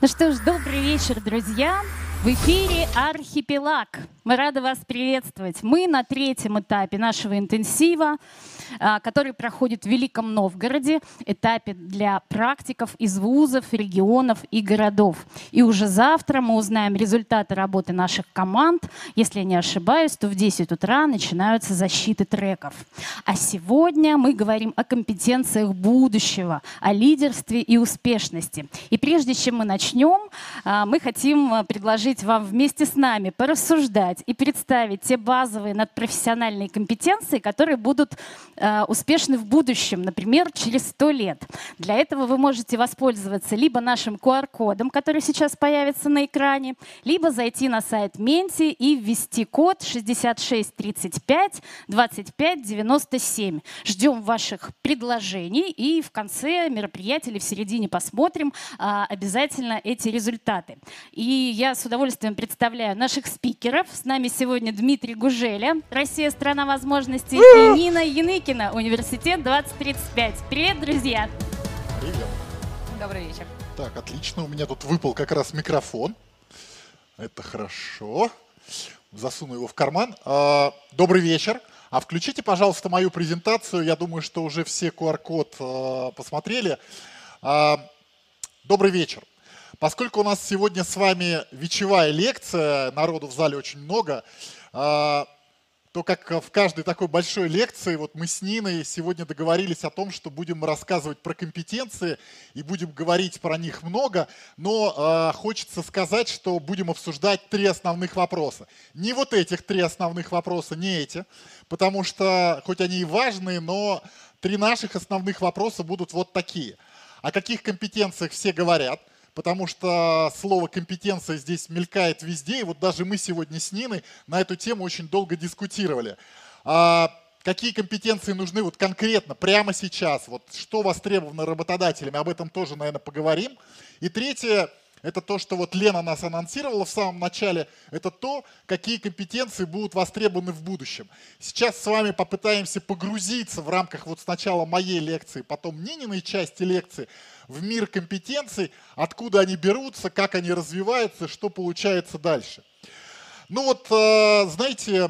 Ну что ж, добрый вечер, друзья. В эфире «Архипелаг». Мы рады вас приветствовать. Мы на третьем этапе нашего интенсива, который проходит в Великом Новгороде, этапе для практиков из вузов, регионов и городов. И уже завтра мы узнаем результаты работы наших команд. Если я не ошибаюсь, то в 10 утра начинаются защиты треков. А сегодня мы говорим о компетенциях будущего, о лидерстве и успешности. И прежде чем мы начнем, мы хотим предложить вам вместе с нами порассуждать и представить те базовые надпрофессиональные компетенции, которые будут успешны в будущем, например, через 100 лет. Для этого вы можете воспользоваться либо нашим QR-кодом, который сейчас появится на экране, либо зайти на сайт Менти и ввести код 6635 25 97. Ждем ваших предложений и в конце мероприятия или в середине посмотрим обязательно эти результаты. И я с удовольствием представляю наших спикеров. С нами сегодня Дмитрий Гужеля, «Россия – страна возможностей», и Нина Яныкина, Университет 2035. Привет, друзья! Привет. Добрый вечер. Так, отлично. У меня тут выпал как раз микрофон. Это хорошо. Засуну его в карман. Добрый вечер. А включите, пожалуйста, мою презентацию. Я думаю, что уже все QR-код посмотрели. Добрый вечер. Поскольку у нас сегодня с вами вечевая лекция, народу в зале очень много, то как в каждой такой большой лекции, вот мы с Ниной сегодня договорились о том, что будем рассказывать про компетенции и будем говорить про них много, но хочется сказать, что будем обсуждать 3 основных вопроса. Не вот этих 3 основных вопроса, не эти, потому что хоть они и важные, но 3 наших основных вопроса будут вот такие. О каких компетенциях все говорят? Потому что слово «компетенция» здесь мелькает везде, и вот даже мы сегодня с Ниной на эту тему очень долго дискутировали. Какие компетенции нужны вот конкретно, прямо сейчас, вот что востребовано работодателями, об этом тоже, наверное, поговорим. И третье, это то, что вот Лена нас анонсировала в самом начале, это то, какие компетенции будут востребованы в будущем. Сейчас с вами попытаемся погрузиться в рамках вот сначала моей лекции, потом Нининой части лекции, в мир компетенций, откуда они берутся, как они развиваются, что получается дальше. Ну вот, знаете,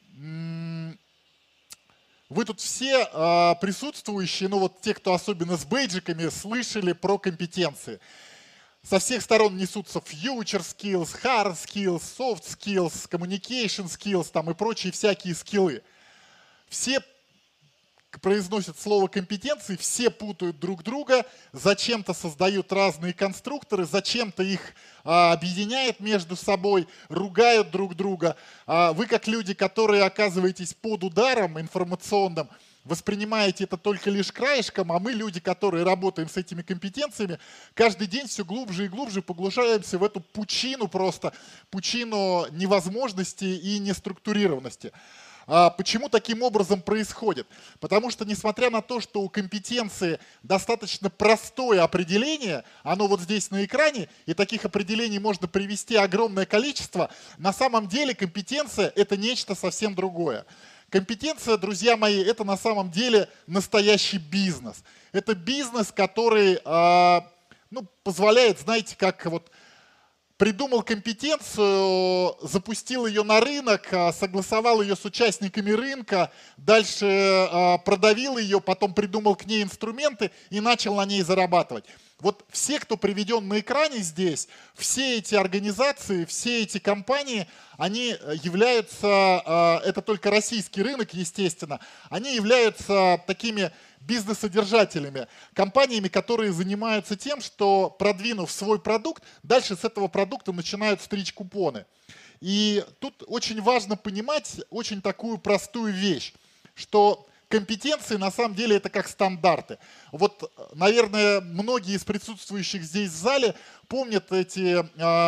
вы тут все присутствующие, ну вот те, кто особенно с бейджиками, слышали про компетенции. Со всех сторон несутся future skills, hard skills, soft skills, communication skills там и прочие всякие скиллы. Все произносят слово компетенции, все путают друг друга, зачем-то создают разные конструкторы, зачем-то их объединяют между собой, ругают друг друга. Вы как люди, которые оказываетесь под ударом информационным, воспринимаете это только лишь краешком, а мы, люди, которые работаем с этими компетенциями, каждый день все глубже и глубже погружаемся в эту пучину просто, пучину невозможности и неструктурированности. Почему таким образом происходит? Потому что, несмотря на то, что у компетенции достаточно простое определение, оно вот здесь на экране, и таких определений можно привести огромное количество, на самом деле компетенция – это нечто совсем другое. Компетенция, друзья мои, это на самом деле настоящий бизнес. Это бизнес, который позволяет, знаете, как вот придумал компетенцию, запустил ее на рынок, согласовал ее с участниками рынка, дальше продавил ее, потом придумал к ней инструменты и начал на ней зарабатывать. Вот все, кто приведен на экране здесь, все эти организации, все эти компании, они являются, это только российский рынок, естественно, они являются такими бизнес-содержателями, компаниями, которые занимаются тем, что, продвинув свой продукт, дальше с этого продукта начинают стричь купоны. И тут очень важно понимать очень такую простую вещь, что компетенции на самом деле это как стандарты. Вот, наверное, многие из присутствующих здесь в зале помнят эти,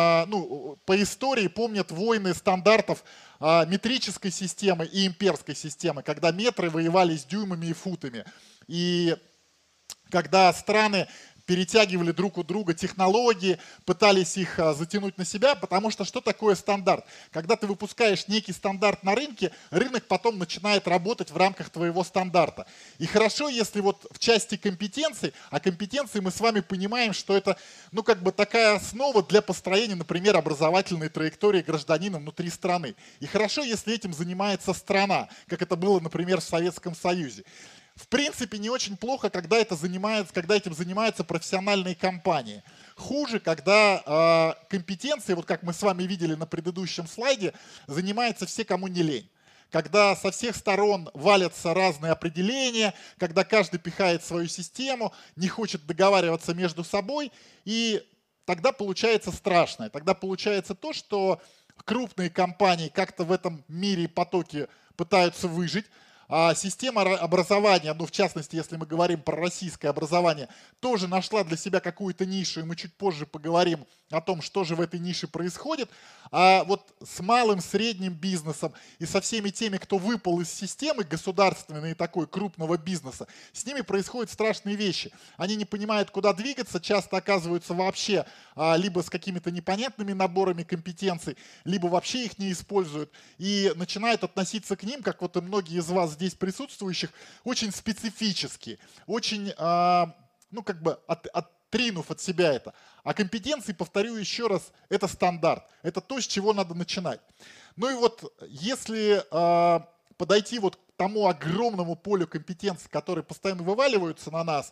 по истории помнят войны стандартов метрической системы и имперской системы, когда метры воевали с дюймами и футами. И когда страны перетягивали друг у друга технологии, пытались их затянуть на себя, потому что что такое стандарт? Когда ты выпускаешь некий стандарт на рынке, рынок потом начинает работать в рамках твоего стандарта. И хорошо, если вот в части компетенций, а компетенции мы с вами понимаем, что это, ну, как бы такая основа для построения, например, образовательной траектории гражданина внутри страны. И хорошо, если этим занимается страна, как это было, например, в Советском Союзе. В принципе, не очень плохо, когда этим занимаются профессиональные компании. Хуже, когда компетенции, вот как мы с вами видели на предыдущем слайде, занимаются все, кому не лень. Когда со всех сторон валятся разные определения, когда каждый пихает свою систему, не хочет договариваться между собой, и тогда получается страшное. Тогда получается то, что крупные компании как-то в этом мире и потоке пытаются выжить, а система образования, ну в частности, если мы говорим про российское образование, тоже нашла для себя какую-то нишу, и мы чуть позже поговорим о том, что же в этой нише происходит. А вот с малым, средним бизнесом и со всеми теми, кто выпал из системы государственной и такой крупного бизнеса, с ними происходят страшные вещи. Они не понимают, куда двигаться, часто оказываются вообще либо с какими-то непонятными наборами компетенций, либо вообще их не используют и начинают относиться к ним, как вот и многие из вас здесь присутствующих, очень специфически, очень, ну как бы отринув от себя это. А компетенции, повторю еще раз, это стандарт, это то, с чего надо начинать. Ну и вот если подойти вот к тому огромному полю компетенций, которые постоянно вываливаются на нас,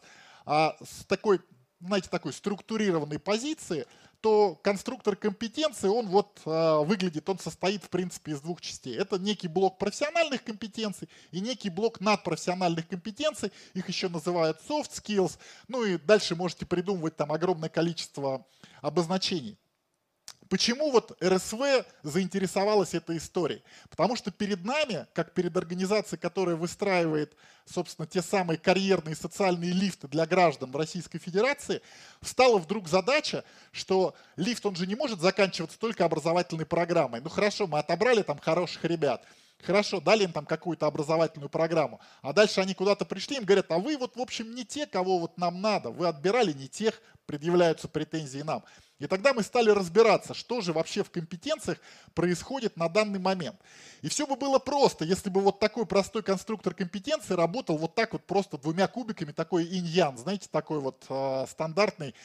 с такой, знаете, такой структурированной позиции, то конструктор компетенции, он вот выглядит, он состоит в принципе из двух частей. Это некий блок профессиональных компетенций и некий блок надпрофессиональных компетенций. Их еще называют soft skills. Ну и дальше можете придумывать там огромное количество обозначений. Почему вот РСВ заинтересовалась этой историей? Потому что перед нами, как перед организацией, которая выстраивает, собственно, те самые карьерные социальные лифты для граждан в Российской Федерации, встала вдруг задача, что лифт, он же не может заканчиваться только образовательной программой. Ну хорошо, мы отобрали там хороших ребят, хорошо, дали им там какую-то образовательную программу, а дальше они куда-то пришли, им говорят, а вы вот в общем не те, кого вот нам надо, вы отбирали не тех, предъявляются претензии нам. И тогда мы стали разбираться, что же вообще в компетенциях происходит на данный момент. И все бы было просто, если бы вот такой простой конструктор компетенции работал вот так вот просто двумя кубиками, такой инь-ян, знаете, такой вот стандартный,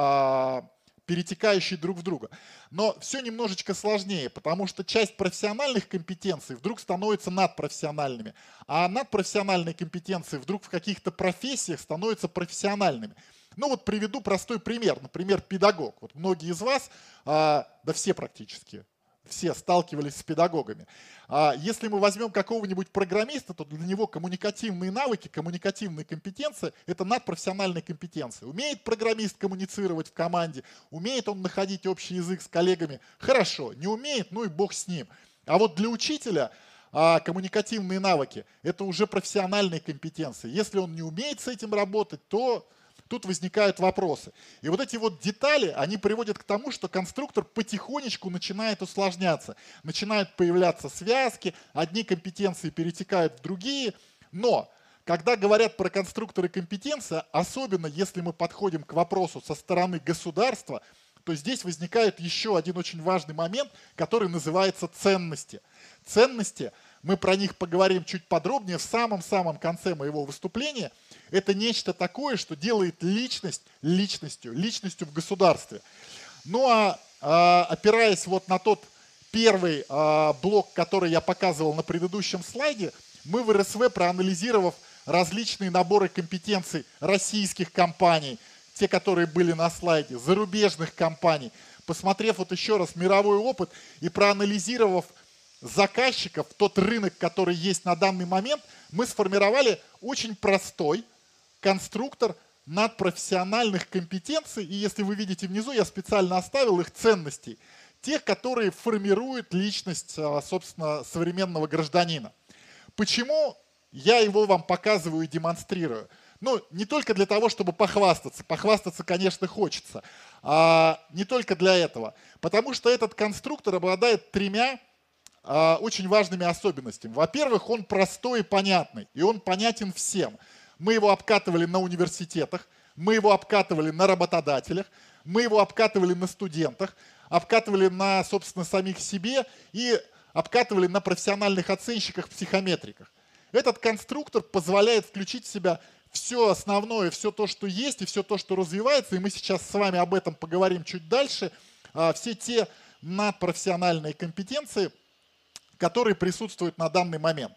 перетекающий друг в друга. Но все немножечко сложнее, потому что часть профессиональных компетенций вдруг становится надпрофессиональными, а надпрофессиональные компетенции вдруг в каких-то профессиях становятся профессиональными. Ну вот приведу простой пример, например, педагог. Вот многие из вас, да все практически, все сталкивались с педагогами. Если мы возьмем какого-нибудь программиста, то для него коммуникативные навыки, коммуникативные компетенции – это надпрофессиональные компетенции. Умеет программист коммуницировать в команде, умеет он находить общий язык с коллегами – хорошо, не умеет, ну и бог с ним. А вот для учителя коммуникативные навыки – это уже профессиональные компетенции. Если он не умеет с этим работать, то тут возникают вопросы. И вот эти вот детали, они приводят к тому, что конструктор потихонечку начинает усложняться. Начинают появляться связки, одни компетенции перетекают в другие. Но, когда говорят про конструкторы компетенции, особенно если мы подходим к вопросу со стороны государства, то здесь возникает еще один очень важный момент, который называется ценности. Ценности, мы про них поговорим чуть подробнее в самом-самом конце моего выступления. Это нечто такое, что делает личность личностью в государстве. Ну а опираясь вот на тот первый блок, который я показывал на предыдущем слайде, мы в РСВ, проанализировав различные наборы компетенций российских компаний, те, которые были на слайде, зарубежных компаний, посмотрев вот еще раз мировой опыт и проанализировав заказчиков, тот рынок, который есть на данный момент, мы сформировали очень простой конструктор надпрофессиональных компетенций. И если вы видите внизу, я специально оставил их ценностей, тех, которые формируют личность, собственно, современного гражданина. Почему я его вам показываю и демонстрирую? Ну, не только для того, чтобы похвастаться. Похвастаться, конечно, хочется. Не только для этого. Потому что этот конструктор обладает тремя очень важными особенностями. Во-первых, он простой и понятный, и он понятен всем. Мы его обкатывали на университетах, мы его обкатывали на работодателях, мы его обкатывали на студентах, обкатывали на, собственно, самих себе и обкатывали на профессиональных оценщиках-психометриках. Этот конструктор позволяет включить в себя все основное, все то, что есть, и все то, что развивается, и мы сейчас с вами об этом поговорим чуть дальше, все те надпрофессиональные компетенции, которые присутствуют на данный момент.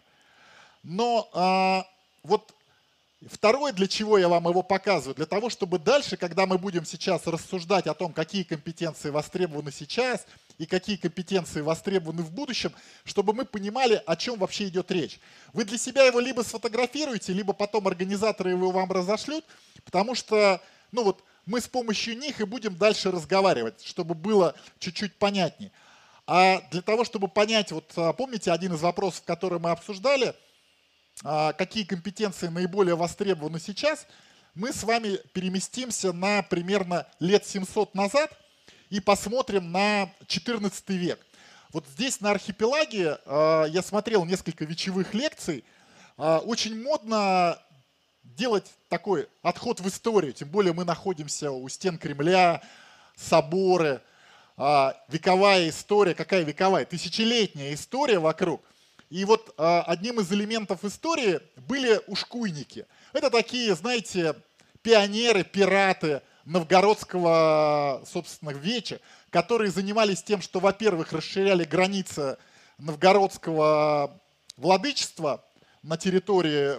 Но вот второе, для чего я вам его показываю, для того, чтобы дальше, когда мы будем сейчас рассуждать о том, какие компетенции востребованы сейчас и какие компетенции востребованы в будущем, чтобы мы понимали, о чем вообще идет речь. Вы для себя его либо сфотографируете, либо потом организаторы его вам разошлют, потому что мы с помощью них и будем дальше разговаривать, чтобы было чуть-чуть понятнее. А для того, чтобы понять, помните один из вопросов, который мы обсуждали, какие компетенции наиболее востребованы сейчас, мы с вами переместимся на примерно лет 700 назад и посмотрим на 14 век. Вот здесь на архипелаге я смотрел несколько вечевых лекций. Очень модно делать такой отход в историю, тем более мы находимся у стен Кремля, соборы, вековая история. Какая вековая? Тысячелетняя история вокруг. И вот одним из элементов истории были ушкуйники. Это такие, знаете, пионеры, пираты новгородского, собственно, веча, которые занимались тем, что, во-первых, расширяли границы новгородского владычества на территории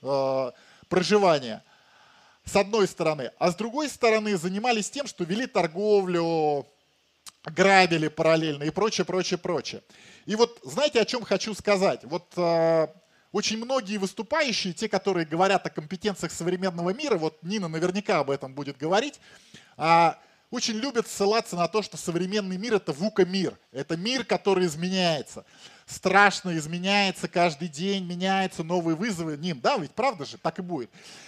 проживания, с одной стороны, а с другой стороны занимались тем, что вели торговлю, грабили параллельно и прочее, прочее, прочее. И вот знаете, о чем хочу сказать? Очень многие выступающие, те, которые говорят о компетенциях современного мира, Нина наверняка об этом будет говорить, очень любят ссылаться на то, что современный мир — это VUCA-мир. Это мир, который изменяется. Страшно изменяется, каждый день меняются новые вызовы. Нин, да, ведь правда же? Так и будет.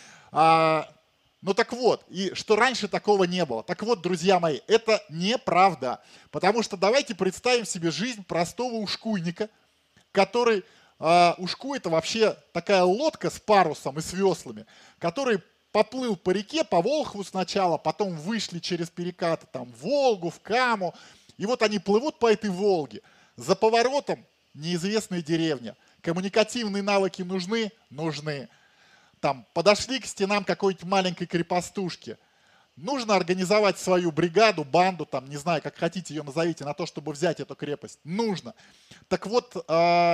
Так вот, и что раньше такого не было. Так вот, друзья мои, это неправда. Потому что давайте представим себе жизнь простого ушкуйника, который, ушку — это вообще такая лодка с парусом и с веслами, который поплыл по реке, по Волхову сначала, потом вышли через перекаты в Волгу, в Каму. И вот они плывут по этой Волге. За поворотом неизвестная деревня. Коммуникативные навыки нужны? Нужны. Подошли к стенам какой-нибудь маленькой крепостушки. Нужно организовать свою бригаду, банду, не знаю, как хотите ее назовите, на то, чтобы взять эту крепость. Нужно. Так вот,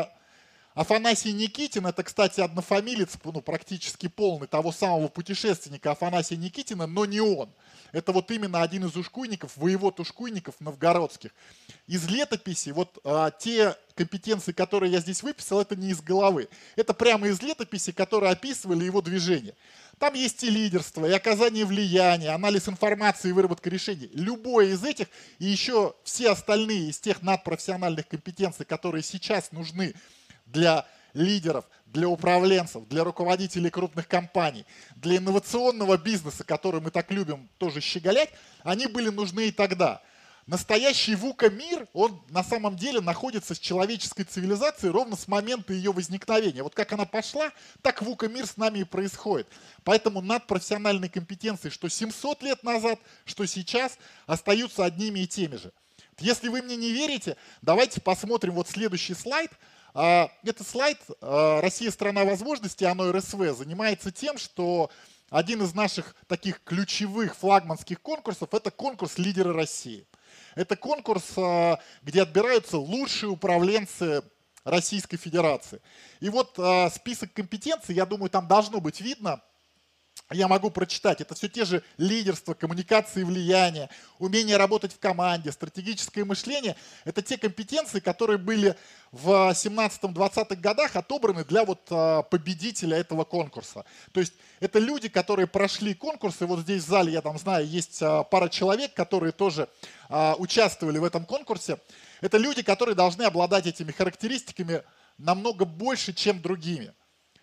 Афанасий Никитин, это, кстати, однофамилец, практически полный, того самого путешественника Афанасия Никитина, но не он. Это именно один из ушкуйников, воевод ушкуйников новгородских. Из летописи, те компетенции, которые я здесь выписал, это не из головы. Это прямо из летописи, которые описывали его движение. Там есть и лидерство, и оказание влияния, анализ информации и выработка решений. Любое из этих и еще все остальные из тех надпрофессиональных компетенций, которые сейчас нужны для лидеров, для управленцев, для руководителей крупных компаний, для инновационного бизнеса, который мы так любим тоже щеголять, они были нужны и тогда. Настоящий VUCA-мир, он на самом деле находится с человеческой цивилизацией ровно с момента ее возникновения. Вот как она пошла, так VUCA-мир с нами и происходит. Поэтому надпрофессиональные компетенции, что 700 лет назад, что сейчас, остаются одними и теми же. Если вы мне не верите, давайте посмотрим следующий слайд. Это слайд «Россия – страна возможностей», оно РСВ, занимается тем, что один из наших таких ключевых флагманских конкурсов – это конкурс «Лидеры России». Это конкурс, где отбираются лучшие управленцы Российской Федерации. И список компетенций, я думаю, там должно быть видно. Я могу прочитать. Это все те же лидерство, коммуникации, влияние, умение работать в команде, стратегическое мышление. Это те компетенции, которые были в 17-20-х годах отобраны для победителя этого конкурса. То есть это люди, которые прошли конкурс, и здесь в зале, я знаю, есть пара человек, которые тоже участвовали в этом конкурсе. Это люди, которые должны обладать этими характеристиками намного больше, чем другими.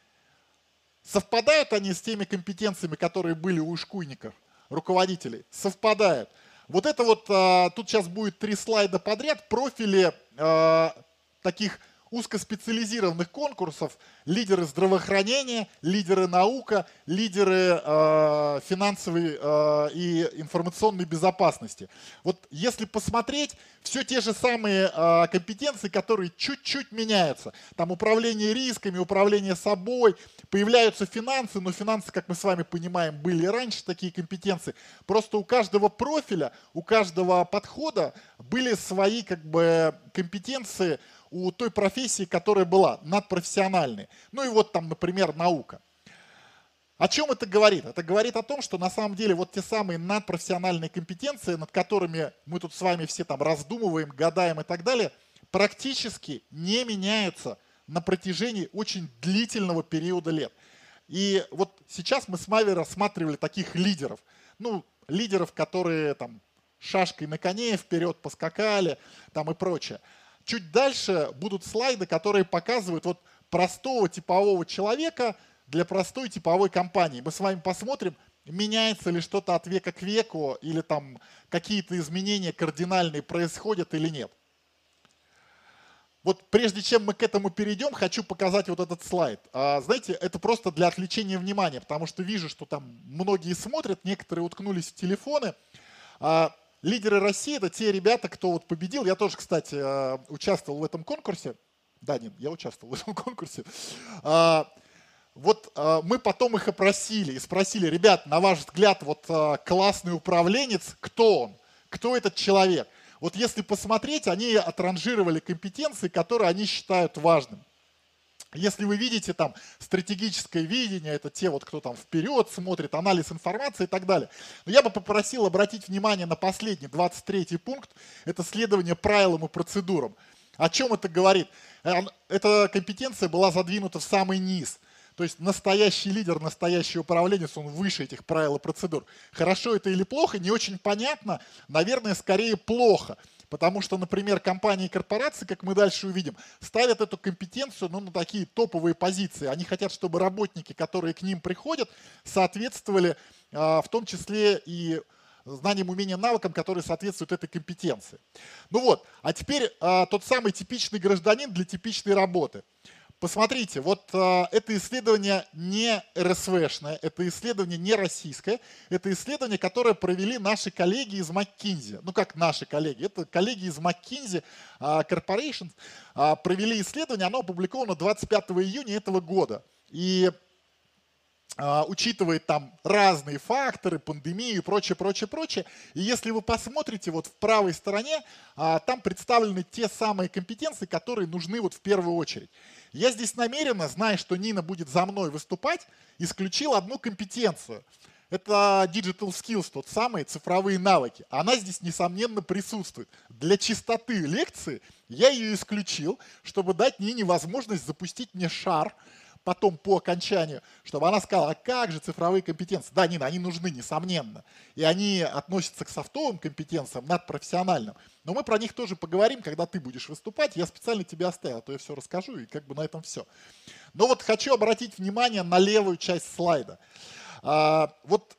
Совпадают они с теми компетенциями, которые были у ушкуйников, руководителей? Совпадают. Тут сейчас будет 3 слайда подряд, профили таких узкоспециализированных конкурсов лидеры здравоохранения, лидеры наука, лидеры финансовой и информационной безопасности. Вот если посмотреть, все те же самые компетенции, которые чуть-чуть меняются. Там управление рисками, управление собой, появляются финансы, но финансы, как мы с вами понимаем, были раньше такие компетенции. Просто у каждого профиля, у каждого подхода были свои как бы компетенции у той профессии, которая была, надпрофессиональной. Ну и вот там, например, наука. О чем это говорит? Это говорит о том, что на самом деле вот те самые надпрофессиональные компетенции, над которыми мы тут с вами все там раздумываем, гадаем и так далее, практически не меняются на протяжении очень длительного периода лет. И вот сейчас мы с вами рассматривали таких лидеров. Ну, лидеров, которые там шашкой на коне вперед поскакали там и прочее. Чуть дальше будут слайды, которые показывают вот простого типового человека для простой типовой компании. Мы с вами посмотрим, меняется ли что-то от века к веку, или там какие-то изменения кардинальные происходят или нет. Вот прежде чем мы к этому перейдем, хочу показать вот этот слайд. Знаете, это просто для отвлечения внимания, потому что вижу, что там многие смотрят, некоторые уткнулись в телефоны. Лидеры России — это те ребята, кто вот победил. Я тоже, кстати, участвовал в этом конкурсе. Да, нет, я участвовал в этом конкурсе. Вот мы потом их опросили и спросили: ребят, на ваш взгляд, вот классный управленец, кто он? Кто этот человек? Вот если посмотреть, они отранжировали компетенции, которые они считают важными. Если вы видите там стратегическое видение, это те, вот, кто там вперед смотрит, анализ информации и так далее. Но я бы попросил обратить внимание на последний, 23-й пункт, это следование правилам и процедурам. О чем это говорит? Эта компетенция была задвинута в самый низ. То есть настоящий лидер, настоящий управленец, он выше этих правил и процедур. Хорошо это или плохо, не очень понятно, наверное, скорее плохо. Потому что, например, компании и корпорации, как мы дальше увидим, ставят эту компетенцию на такие топовые позиции. Они хотят, чтобы работники, которые к ним приходят, соответствовали в том числе и знаниям, умениям, навыкам, которые соответствуют этой компетенции. Ну вот, а теперь тот самый типичный гражданин для типичной работы. Посмотрите, вот это исследование не РСВшное, это исследование не российское, это исследование, которое провели наши коллеги из McKinsey. Ну как наши коллеги, это коллеги из McKinsey Corporation провели исследование, оно опубликовано 25 июня этого года. И учитывает там разные факторы, пандемию и прочее, прочее, прочее. И если вы посмотрите вот в правой стороне, там представлены те самые компетенции, которые нужны вот в первую очередь. Я здесь намеренно, зная, что Нина будет за мной выступать, исключил одну компетенцию. Это digital skills, тот самый цифровые навыки. Она здесь, несомненно, присутствует. Для чистоты лекции я ее исключил, чтобы дать Нине возможность запустить мне шар потом по окончанию, чтобы она сказала: а как же цифровые компетенции? Да, Нина, они нужны, несомненно. И они относятся к софтовым компетенциям, надпрофессиональным. Но мы про них тоже поговорим, когда ты будешь выступать. Я специально тебе оставил, а то я все расскажу, и как бы на этом все. Но вот хочу обратить внимание на левую часть слайда. Вот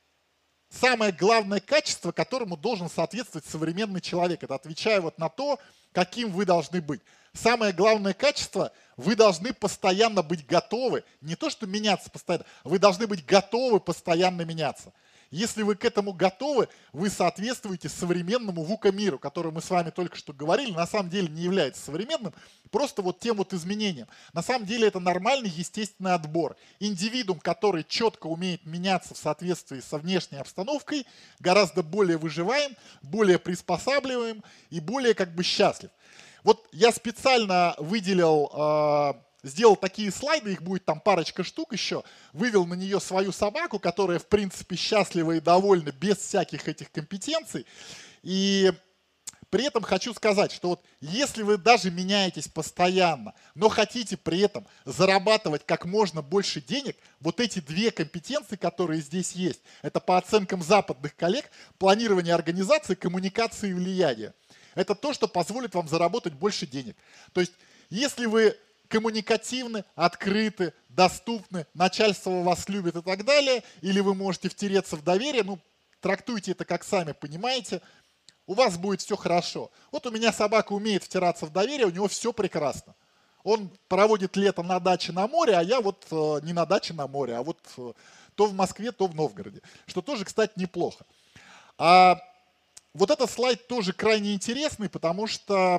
самое главное качество, которому должен соответствовать современный человек, это отвечая вот на то, каким вы должны быть. Самое главное качество — вы должны постоянно быть готовы, не то что меняться постоянно, вы должны быть готовы постоянно меняться. Если вы к этому готовы, вы соответствуете современному VUCA-миру, который мы с вами только что говорили, на самом деле не является современным, просто вот тем вот изменением. На самом деле это нормальный естественный отбор. Индивидуум, который четко умеет меняться в соответствии со внешней обстановкой, гораздо более выживаем, более приспосабливаем и более как бы счастлив. Вот я специально выделил, сделал такие слайды, их будет там парочка штук еще, вывел на нее свою собаку, которая в принципе счастлива и довольна без всяких этих компетенций. И при этом хочу сказать, что вот если вы даже меняетесь постоянно, но хотите при этом зарабатывать как можно больше денег, вот эти две компетенции, которые здесь есть, это по оценкам западных коллег, планирование организации, коммуникации и влияние. Это то, что позволит вам заработать больше денег. То есть, если вы коммуникативны, открыты, доступны, начальство вас любит и так далее, или вы можете втереться в доверие, ну, трактуйте это как сами понимаете, у вас будет все хорошо. Вот у меня собака умеет втираться в доверие, у него все прекрасно. Он проводит лето на даче на море, а я вот не на даче на море, а вот то в Москве, то в Новгороде. Что тоже, кстати, неплохо. А вот этот слайд тоже крайне интересный, потому что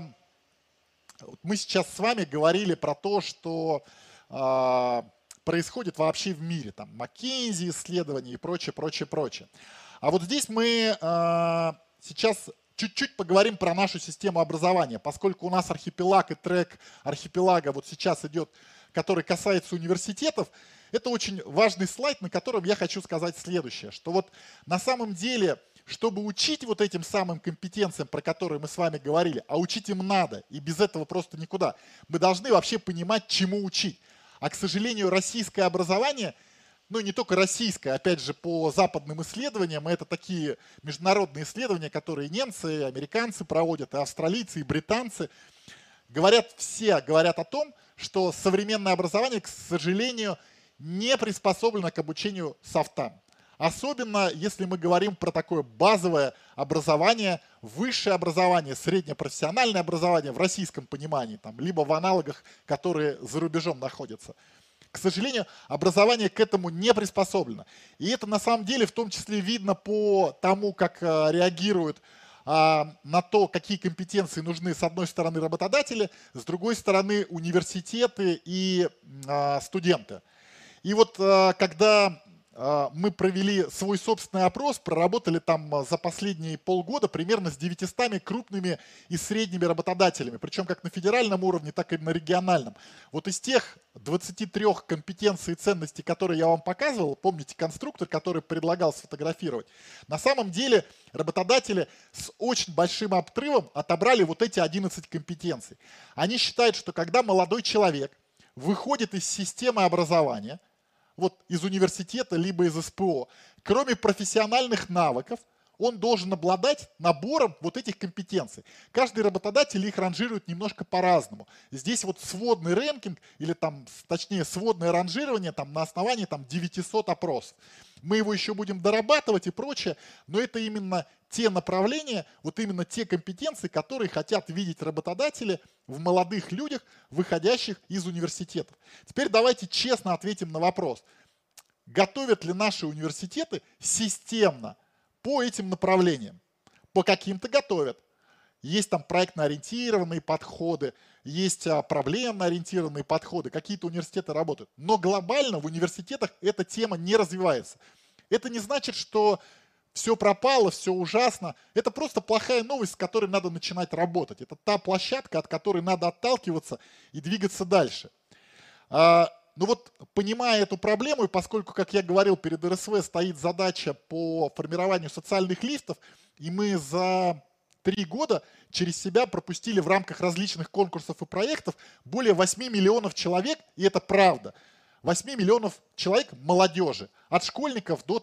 мы сейчас с вами говорили про то, что происходит вообще в мире. Там McKinsey исследования и прочее, прочее, прочее. А вот здесь мы сейчас чуть-чуть поговорим про нашу систему образования, поскольку у нас архипелаг и трек архипелага вот сейчас идет, который касается университетов. Это очень важный слайд, на котором я хочу сказать следующее, что вот на самом деле, чтобы учить вот этим самым компетенциям, про которые мы с вами говорили, а учить им надо, и без этого просто никуда, мы должны вообще понимать, чему учить. А, к сожалению, российское образование, ну не только российское, опять же, по западным исследованиям, это такие международные исследования, которые немцы, и американцы проводят, и австралийцы, и британцы, все говорят о том, что современное образование, к сожалению, не приспособлено к обучению софтам. Особенно, если мы говорим про такое базовое образование, высшее образование, среднепрофессиональное образование в российском понимании, там, либо в аналогах, которые за рубежом находятся. К сожалению, образование к этому не приспособлено. И это на самом деле в том числе видно по тому, как реагируют на то, какие компетенции нужны с одной стороны работодатели, с другой стороны университеты и студенты. И вот когда мы провели свой собственный опрос, проработали там за последние полгода примерно с 900 крупными и средними работодателями, причем как на федеральном уровне, так и на региональном. Вот из тех 23 компетенций и ценностей, которые я вам показывал, помните конструктор, который предлагал сфотографировать, на самом деле работодатели с очень большим отрывом отобрали вот эти 11 компетенций. Они считают, что когда молодой человек выходит из системы образования, вот из университета, либо из СПО, кроме профессиональных навыков, он должен обладать набором вот этих компетенций. Каждый работодатель их ранжирует немножко по-разному. Здесь вот сводный рэнкинг, или там, точнее, сводное ранжирование там, на основании там, 900 опросов. Мы его еще будем дорабатывать и прочее, но это именно те направления, вот именно те компетенции, которые хотят видеть работодатели в молодых людях, выходящих из университетов. Теперь давайте честно ответим на вопрос. Готовят ли наши университеты системно по этим направлениям? По каким-то готовят. Есть там проектно-ориентированные подходы, есть проблемно-ориентированные подходы, какие-то университеты работают. Но глобально в университетах эта тема не развивается. Это не значит, что все пропало, все ужасно. Это просто плохая новость, с которой надо начинать работать. Это та площадка, от которой надо отталкиваться и двигаться дальше. Ну вот, понимая эту проблему, и поскольку, как я говорил, перед РСВ стоит задача по формированию социальных лифтов, и мы за 3 года через себя пропустили в рамках различных конкурсов и проектов более 8 миллионов человек, и это правда. 8 миллионов человек молодежи, от школьников до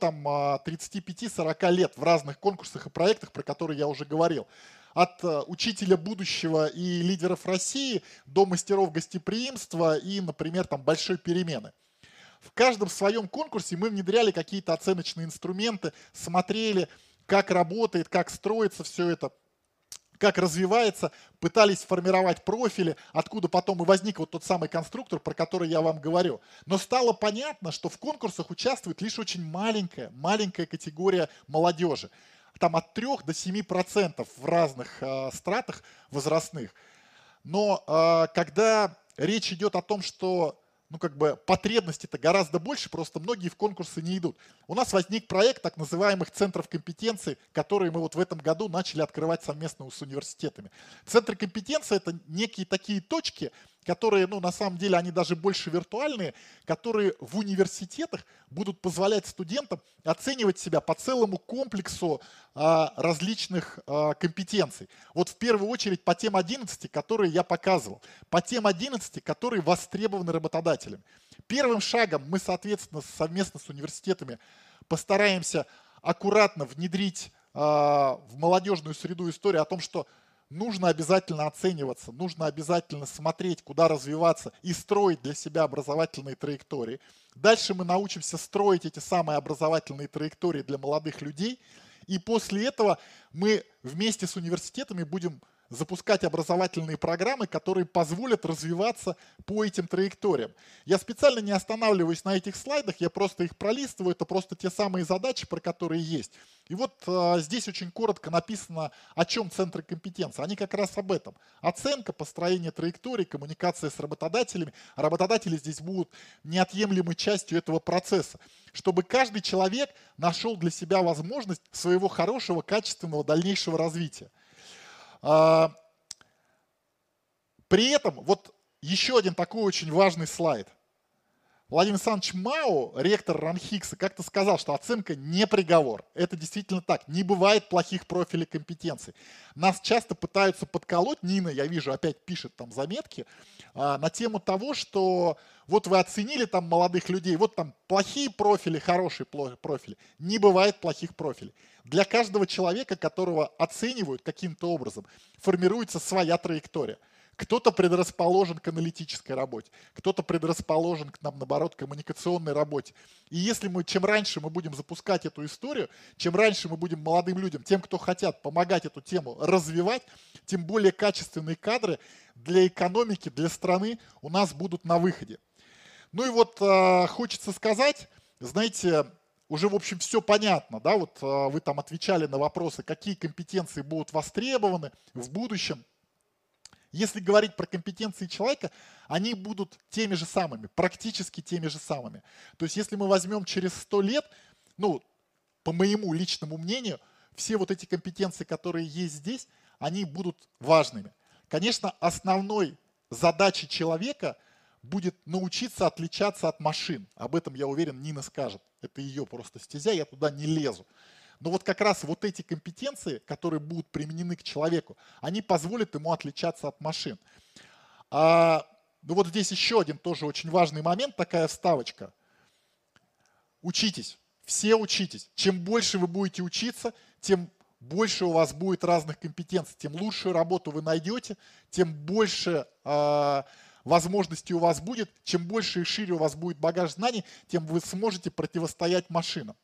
35-40 лет в разных конкурсах и проектах, про которые я уже говорил. От учителя будущего и лидеров России до мастеров гостеприимства и, например, там, большой перемены. В каждом своем конкурсе мы внедряли какие-то оценочные инструменты, смотрели, как работает, как строится все это, как развивается, пытались формировать профили, откуда потом и возник вот тот самый конструктор, про который я вам говорю. Но стало понятно, что в конкурсах участвует лишь очень маленькая категория молодежи. Там от 3 до 7% в разных стратах возрастных. Но когда речь идет о том, что потребностей-то гораздо больше, просто многие в конкурсы не идут. У нас возник проект так называемых центров компетенций, которые мы вот в этом году начали открывать совместно с университетами. Центры компетенции – это некие такие точки, которые, на самом деле, они даже больше виртуальные, которые в университетах будут позволять студентам оценивать себя по целому комплексу различных компетенций. Вот в первую очередь по тем 11, которые я показывал, по тем 11, которые востребованы работодателями. Первым шагом мы, соответственно, совместно с университетами постараемся аккуратно внедрить в молодежную среду историю о том, что нужно обязательно оцениваться, нужно обязательно смотреть, куда развиваться и строить для себя образовательные траектории. Дальше мы научимся строить эти самые образовательные траектории для молодых людей. И после этого мы вместе с университетами будем запускать образовательные программы, которые позволят развиваться по этим траекториям. Я специально не останавливаюсь на этих слайдах, я просто их пролистываю, это просто те самые задачи, про которые есть. И вот здесь очень коротко написано, о чем центры компетенции. Они как раз об этом. Оценка, построение траекторий, коммуникация с работодателями. Работодатели здесь будут неотъемлемой частью этого процесса, чтобы каждый человек нашел для себя возможность своего хорошего, качественного дальнейшего развития. При этом, вот еще один такой очень важный слайд. Владимир Александрович Мао, ректор РАНХИКСа, как-то сказал, что оценка не приговор. Это действительно так. Не бывает плохих профилей компетенций. Нас часто пытаются подколоть. Нина, я вижу, опять пишет там заметки на тему того, что вот вы оценили там молодых людей, вот там плохие профили, хорошие профили. Не бывает плохих профилей. Для каждого человека, которого оценивают каким-то образом, формируется своя траектория. Кто-то предрасположен к аналитической работе, кто-то предрасположен к, наоборот, коммуникационной работе. И если чем раньше мы будем запускать эту историю, чем раньше мы будем молодым людям, тем, кто хотят помогать эту тему развивать, тем более качественные кадры для экономики, для страны у нас будут на выходе. Ну и вот хочется сказать, знаете, уже, в общем, все понятно, да, вот вы там отвечали на вопросы, какие компетенции будут востребованы в будущем. Если говорить про компетенции человека, они будут теми же самыми, практически теми же самыми. То есть если мы возьмем через 100 лет, ну, по моему личному мнению, все вот эти компетенции, которые есть здесь, они будут важными. Конечно, основной задачей человека будет научиться отличаться от машин. Об этом, я уверен, Нина скажет. Это ее просто стезя, я туда не лезу. Но вот как раз вот эти компетенции, которые будут применены к человеку, они позволят ему отличаться от машин. Ну вот здесь еще один тоже очень важный момент, такая вставочка. Учитесь, все учитесь. Чем больше вы будете учиться, тем больше у вас будет разных компетенций, тем лучшую работу вы найдете, тем больше возможностей у вас будет, чем больше и шире у вас будет багаж знаний, тем вы сможете противостоять машинам.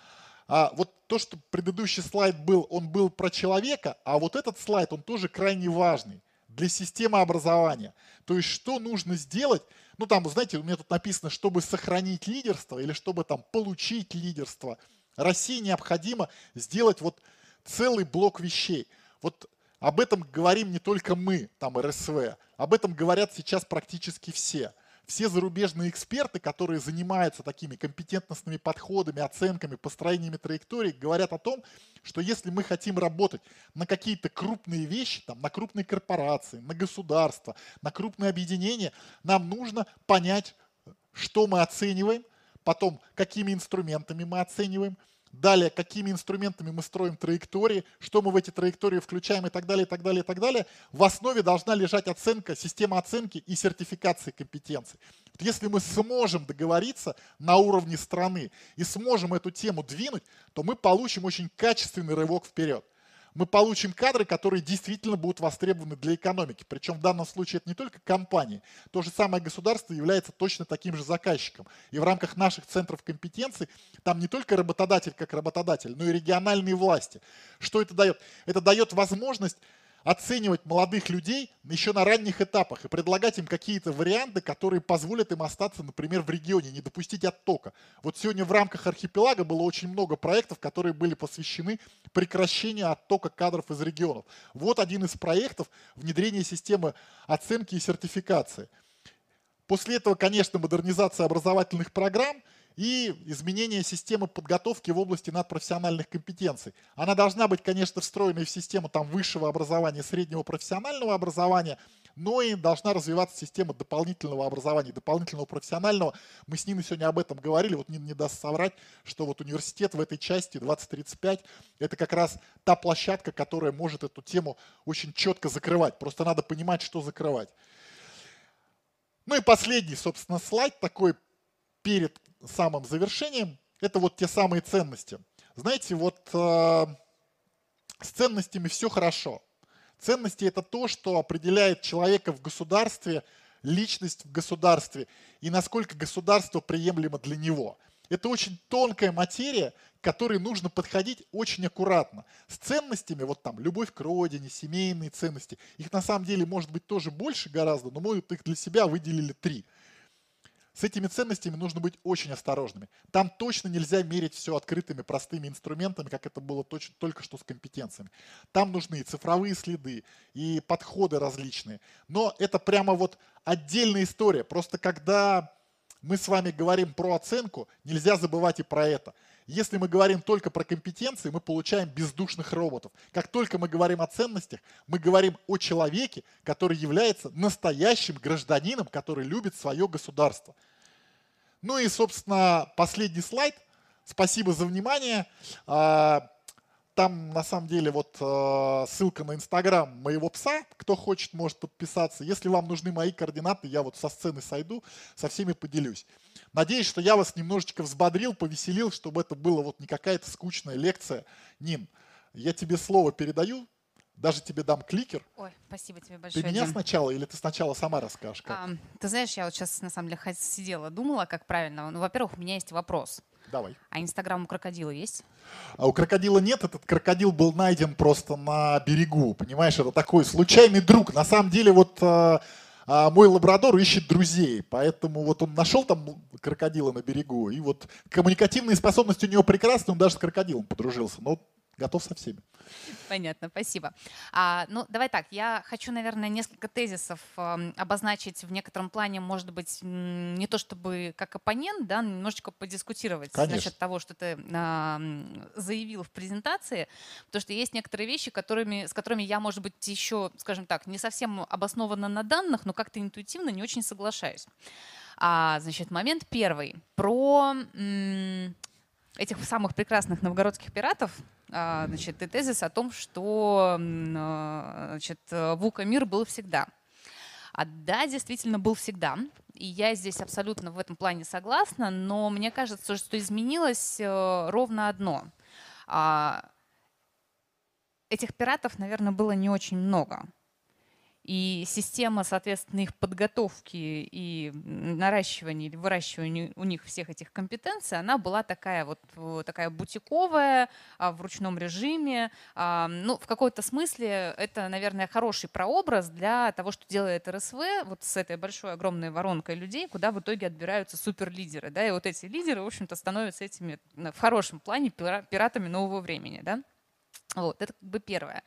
Вот то, что предыдущий слайд был, он был про человека, а вот этот слайд, он тоже крайне важный для системы образования. То есть, что нужно сделать, ну там, знаете, у меня тут написано, чтобы сохранить лидерство или чтобы там получить лидерство. России необходимо сделать вот целый блок вещей. Вот об этом говорим не только мы, там РСВ, об этом говорят сейчас практически все. Все зарубежные эксперты, которые занимаются такими компетентностными подходами, оценками, построениями траекторий, говорят о том, что если мы хотим работать на какие-то крупные вещи, там, на крупные корпорации, на государства, на крупные объединения, нам нужно понять, что мы оцениваем, потом какими инструментами мы оцениваем, далее какими инструментами мы строим траектории, что мы в эти траектории включаем и так далее, и так далее, и так далее. В основе должна лежать оценка, система оценки и сертификации компетенций. Если мы сможем договориться на уровне страны и сможем эту тему двинуть, то мы получим очень качественный рывок вперед. Мы получим кадры, которые действительно будут востребованы для экономики. Причем в данном случае это не только компании. То же самое государство является точно таким же заказчиком. И в рамках наших центров компетенций там не только работодатель как работодатель, но и региональные власти. Что это дает? Это дает возможность оценивать молодых людей еще на ранних этапах и предлагать им какие-то варианты, которые позволят им остаться, например, в регионе, не допустить оттока. Вот сегодня в рамках архипелага было очень много проектов, которые были посвящены прекращению оттока кадров из регионов. Вот один из проектов внедрения системы оценки и сертификации. После этого, конечно, модернизация образовательных программ и изменение системы подготовки в области надпрофессиональных компетенций. Она должна быть, конечно, встроена в систему там, высшего образования, среднего профессионального образования, но и должна развиваться система дополнительного образования, дополнительного профессионального. Мы с Ниной сегодня об этом говорили, вот Нина не даст соврать, что вот университет в этой части 2035 это как раз та площадка, которая может эту тему очень четко закрывать. Просто надо понимать, что закрывать. Ну и последний, собственно, слайд такой перед самым завершением, это вот те самые ценности. Знаете, вот с ценностями все хорошо. Ценности – это то, что определяет человека в государстве, личность в государстве и насколько государство приемлемо для него. Это очень тонкая материя, к которой нужно подходить очень аккуратно. С ценностями, вот там, любовь к родине, семейные ценности, их на самом деле может быть тоже больше гораздо, но мы вот их для себя выделили 3. С этими ценностями нужно быть очень осторожными. Там точно нельзя мерить все открытыми, простыми инструментами, как это было только что с компетенциями. Там нужны и цифровые следы, и подходы различные. Но это прямо вот отдельная история. Просто когда мы с вами говорим про оценку, нельзя забывать и про это. Если мы говорим только про компетенции, мы получаем бездушных роботов. Как только мы говорим о ценностях, мы говорим о человеке, который является настоящим гражданином, который любит свое государство. Ну и, собственно, последний слайд. Спасибо за внимание. Там, на самом деле, вот ссылка на Инстаграм моего пса. Кто хочет, может подписаться. Если вам нужны мои координаты, я вот со сцены сойду, со всеми поделюсь. Надеюсь, что я вас немножечко взбодрил, повеселил, чтобы это было вот не какая-то скучная лекция. Нин, я тебе слово передаю, даже тебе дам кликер. Ой, спасибо тебе большое, Ты меня Дим. сначала или ты сначала сама расскажешь? Как? Ты знаешь, я вот сейчас на самом деле сидела, думала, как правильно. Ну, во-первых, у меня есть вопрос. Давай. А Инстаграм у крокодила есть? А у крокодила нет, этот крокодил был найден просто на берегу, понимаешь, это такой случайный друг. На самом деле вот мой лабрадор ищет друзей, поэтому вот он нашел там крокодила на берегу, и вот коммуникативные способности у него прекрасные, он даже с крокодилом подружился, но готов со всеми. Понятно, спасибо. Ну, давай так, я хочу, наверное, несколько тезисов обозначить в некотором плане, может быть, не то чтобы как оппонент, да, немножечко подискутировать насчет того, что ты заявил в презентации, потому что есть некоторые вещи, с которыми я, может быть, еще, скажем так, не совсем обоснованно на данных, но как-то интуитивно не очень соглашаюсь. Значит, момент первый. Про этих самых прекрасных новгородских пиратов, значит, и тезис о том, что значит, ВУКа-мир был всегда. Да, действительно был всегда. И я здесь абсолютно в этом плане согласна, но мне кажется, что изменилось ровно одно. Этих пиратов, наверное, было не очень много. И система, соответственно, их подготовки и наращивания или выращивания у них всех этих компетенций, она была такая вот такая бутиковая, в ручном режиме. Ну, в какой-то смысле это, наверное, хороший прообраз для того, что делает РСВ вот с этой большой огромной воронкой людей, куда в итоге отбираются суперлидеры. Да? И вот эти лидеры, в общем-то, становятся этими в хорошем плане пиратами нового времени. Да? Вот, это как бы первое.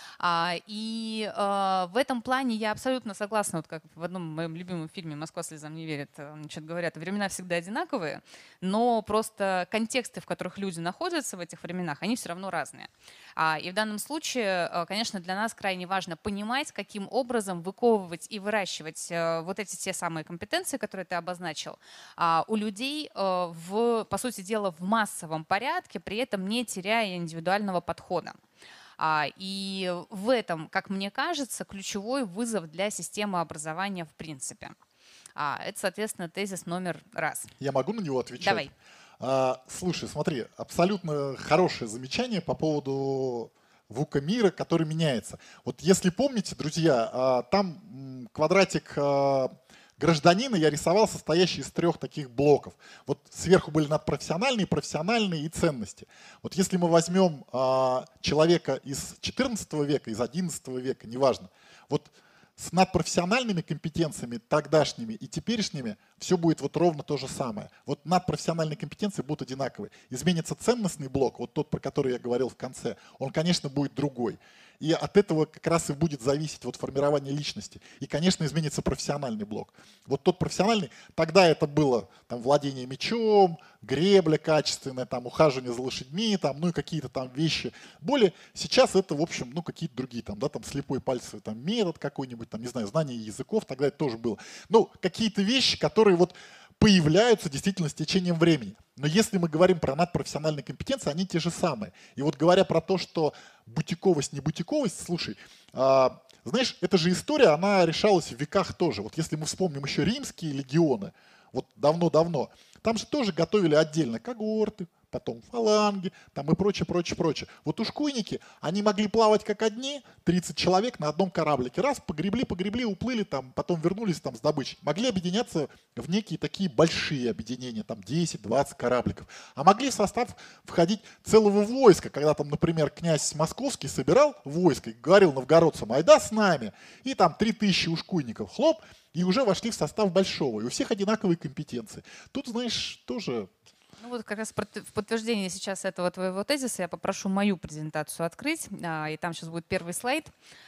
И в этом плане я абсолютно согласна, вот как в одном моем любимом фильме «Москва слезам не верит», значит, говорят, времена всегда одинаковые, но просто контексты, в которых люди находятся в этих временах, они все равно разные. И в данном случае, конечно, для нас крайне важно понимать, каким образом выковывать и выращивать вот эти те самые компетенции, которые ты обозначил, у людей, по сути дела, в массовом порядке, при этом не теряя индивидуального подхода. И в этом, как мне кажется, ключевой вызов для системы образования в принципе. Это, соответственно, тезис номер раз. Я могу на него отвечать? Давай. Слушай, смотри, абсолютно хорошее замечание по поводу ВУКа мира, который меняется. Вот если помните, друзья, там квадратик гражданина я рисовал, состоящий из 3 таких блоков. Вот сверху были надпрофессиональные, профессиональные и ценности. Вот если мы возьмем человека из 14 века, из 11 века, неважно, вот с надпрофессиональными компетенциями тогдашними и теперешними все будет вот ровно то же самое. Вот надпрофессиональные компетенции будут одинаковые. Изменится ценностный блок, вот тот, про который я говорил в конце, он, конечно, будет другой. И от этого как раз и будет зависеть вот формирование личности. И, конечно, изменится профессиональный блок. Вот тот профессиональный, тогда это было там, владение мечом, гребля качественная, там, ухаживание за лошадьми, там, ну и какие-то там вещи. Более сейчас это, в общем, ну какие-то другие, там, да, там слепой пальцевый там, метод какой-нибудь, там, не знаю, знание языков, тогда это тоже было. Ну, какие-то вещи, которые вот появляются действительно с течением времени. Но если мы говорим про надпрофессиональные компетенции, они те же самые. И вот говоря про то, что бутиковость, не бутиковость, слушай, знаешь, эта же история, она решалась в веках тоже. Вот если мы вспомним еще римские легионы, вот давно-давно, там же тоже готовили отдельно когорты, потом фаланги, там и прочее, прочее, прочее. Вот ушкуйники, они могли плавать как одни, 30 человек на одном кораблике. Раз, погребли, уплыли, там, потом вернулись там с добычей. Могли объединяться в некие такие большие объединения, там 10-20 корабликов. А могли в состав входить целого войска, когда там, например, князь Московский собирал войско и говорил новгородцам: айда с нами. И там 3000 ушкуйников, хлоп, и уже вошли в состав большого. И у всех одинаковые компетенции. Тут, знаешь, тоже... Ну вот как раз в подтверждение сейчас этого твоего тезиса я попрошу мою презентацию открыть, и там сейчас будет первый слайд.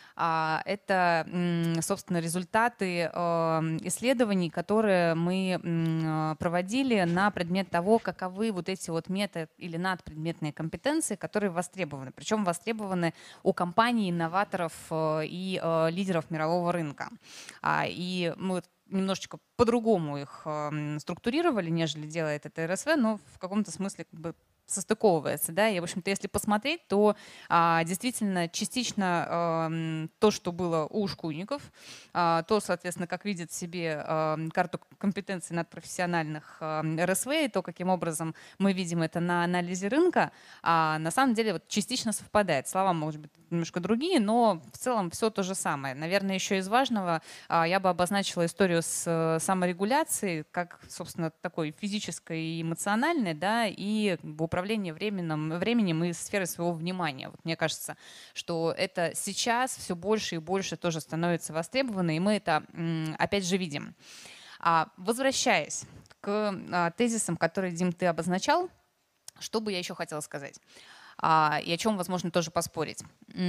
Это, собственно, результаты исследований, которые мы проводили на предмет того, каковы вот эти вот мета- или надпредметные компетенции, которые востребованы. Причем востребованы у компаний, инноваторов и лидеров мирового рынка. И мы немножечко по-другому их структурировали, нежели делает это РСВ, но в каком-то смысле как бы состыковывается, да, и, в общем-то, если посмотреть, то действительно частично то, что было у ушкуйников, то, соответственно, как видит себе карту компетенций надпрофессиональных РСВ, и то, каким образом мы видим это на анализе рынка, на самом деле вот частично совпадает. Слова, может быть, немножко другие, но в целом все то же самое. Наверное, еще из важного я бы обозначила историю с саморегуляцией, как, собственно, такой физической и эмоциональной, да, и управление временем и сферой своего внимания. Вот мне кажется, что это сейчас все больше и больше тоже становится востребовано, и мы это опять же видим. Возвращаясь к тезисам, которые, Дим, ты обозначал, что бы я еще хотела сказать? И о чем, возможно, тоже поспорить.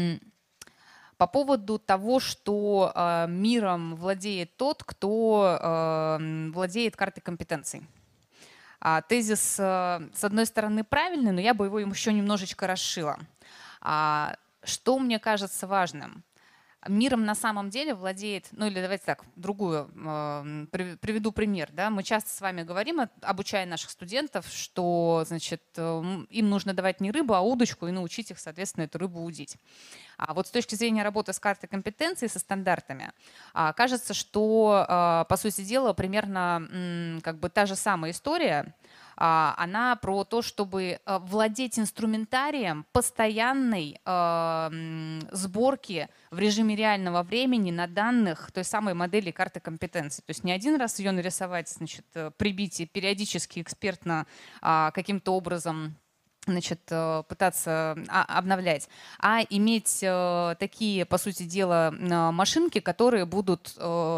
По поводу того, что миром владеет тот, кто владеет картой компетенций. Тезис, с одной стороны, правильный, но я бы его еще немножечко расшила. Что мне кажется важным? Миром на самом деле владеет, ну или давайте так, другую, приведу пример. Да? Мы часто с вами говорим, обучая наших студентов, что, значит, им нужно давать не рыбу, а удочку и научить их, соответственно, эту рыбу удить. А вот с точки зрения работы с картой компетенций, со стандартами, кажется, что, по сути дела, примерно как бы та же самая история, она про то, чтобы владеть инструментарием постоянной сборки в режиме реального времени на данных той самой модели карты компетенций. То есть не один раз ее нарисовать, значит, прибить и периодически экспертно каким-то образом, значит, пытаться обновлять, а иметь такие, по сути дела, машинки, которые будут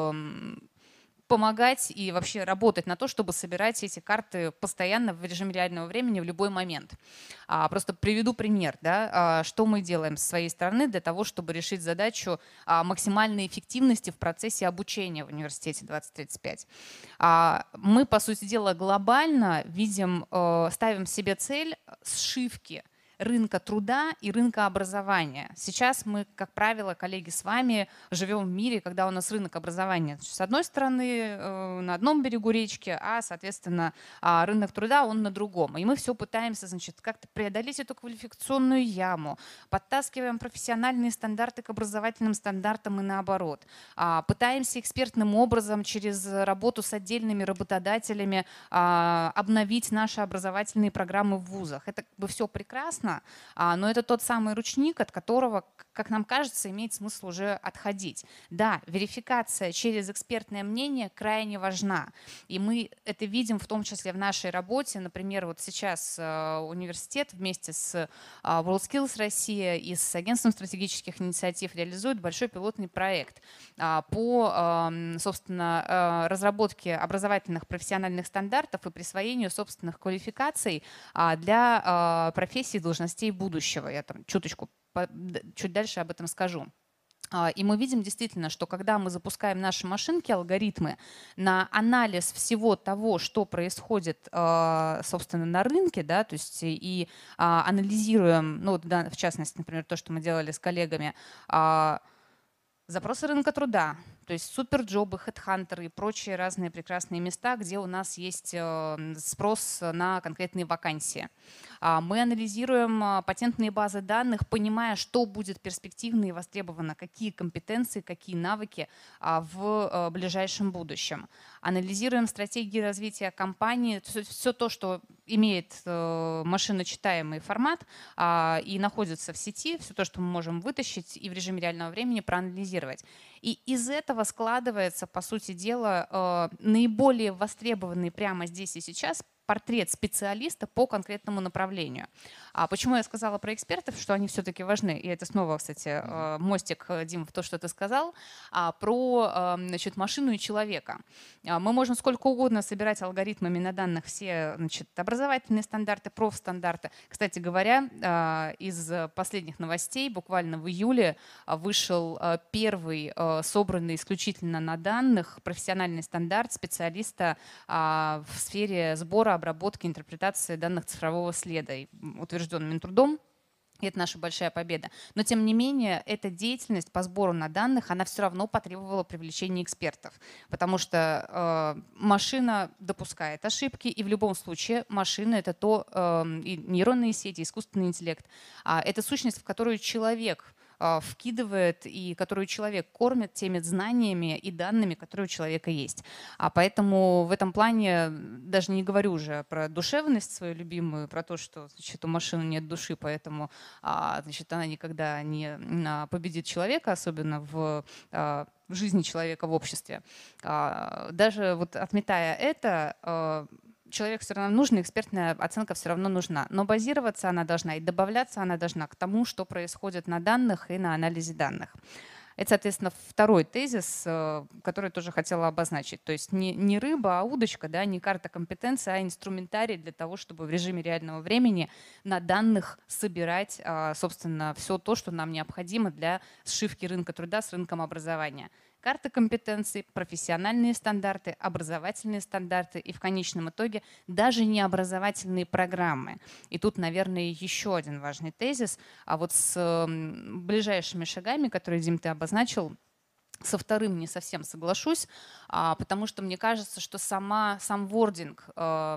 помогать и вообще работать на то, чтобы собирать эти карты постоянно в режиме реального времени в любой момент. Просто приведу пример, да, что мы делаем с своей стороны для того, чтобы решить задачу максимальной эффективности в процессе обучения в университете 2035. Мы, по сути дела, глобально видим, ставим себе цель сшивки рынка труда и рынка образования. Сейчас мы, как правило, коллеги, с вами живем в мире, когда у нас рынок образования с одной стороны на одном берегу речки, а, соответственно, рынок труда он на другом. И мы все пытаемся, значит, как-то преодолеть эту квалификационную яму, подтаскиваем профессиональные стандарты к образовательным стандартам и наоборот. Пытаемся экспертным образом через работу с отдельными работодателями обновить наши образовательные программы в вузах. Это как бы все прекрасно, но это тот самый ручник, от которого, как нам кажется, имеет смысл уже отходить. Да, верификация через экспертное мнение крайне важна. И мы это видим в том числе в нашей работе. Например, вот сейчас университет вместе с WorldSkills Россия и с Агентством стратегических инициатив реализует большой пилотный проект по, собственно, разработке образовательных профессиональных стандартов и присвоению собственных квалификаций для профессий, должностей будущего. Я там чуть дальше об этом скажу. И мы видим действительно, что когда мы запускаем наши машинки, алгоритмы, на анализ всего того, что происходит, собственно, на рынке, да, то есть и анализируем, ну, в частности, например, то, что мы делали с коллегами, запросы рынка труда, То есть суперджобы, хедхантеры и прочие разные прекрасные места, где у нас есть спрос на конкретные вакансии. Мы анализируем патентные базы данных, понимая, что будет перспективно и востребовано, какие компетенции, какие навыки в ближайшем будущем. Анализируем стратегии развития компании, все то, что имеет машиночитаемый формат и находится в сети, все то, что мы можем вытащить и в режиме реального времени проанализировать. И из этого складывается, по сути дела, наиболее востребованный прямо здесь и сейчас портрет специалиста по конкретному направлению. Почему я сказала про экспертов, что они все-таки важны? И это снова, кстати, мостик, Дим, в то, что ты сказал, про машину и человека. Мы можем сколько угодно собирать алгоритмами на данных все образовательные стандарты, профстандарты. Кстати говоря, из последних новостей буквально в июле вышел первый собранный исключительно на данных профессиональный стандарт специалиста в сфере сбора, обработки, интерпретации данных цифрового следа, утвержден Минтрудом. И это наша большая победа. Но тем не менее, эта деятельность по сбору на данных, она все равно потребовала привлечения экспертов. Потому что машина допускает ошибки, и в любом случае машина — это и нейронные сети, искусственный интеллект. Это сущность, в которую человек вкидывает и которую человек кормит теми знаниями и данными, которые у человека есть. Поэтому в этом плане даже не говорю уже про душевность свою любимую, про то, что у машины нет души, поэтому она никогда не победит человека, особенно в жизни человека в обществе. Даже вот отметая это, человек все равно нужен, экспертная оценка все равно нужна. Но базироваться она должна и добавляться она должна к тому, что происходит на данных и на анализе данных. Это, соответственно, второй тезис, который тоже хотела обозначить. То есть не рыба, а удочка, да, не карта компетенции, а инструментарий для того, чтобы в режиме реального времени на данных собирать, собственно, все то, что нам необходимо для сшивки рынка труда с рынком образования. Карты компетенций, профессиональные стандарты, образовательные стандарты и в конечном итоге даже не образовательные программы. И тут, наверное, еще один важный тезис. А вот с ближайшими шагами, которые, Дим, ты обозначил, со вторым не совсем соглашусь, потому что мне кажется, что сам вординг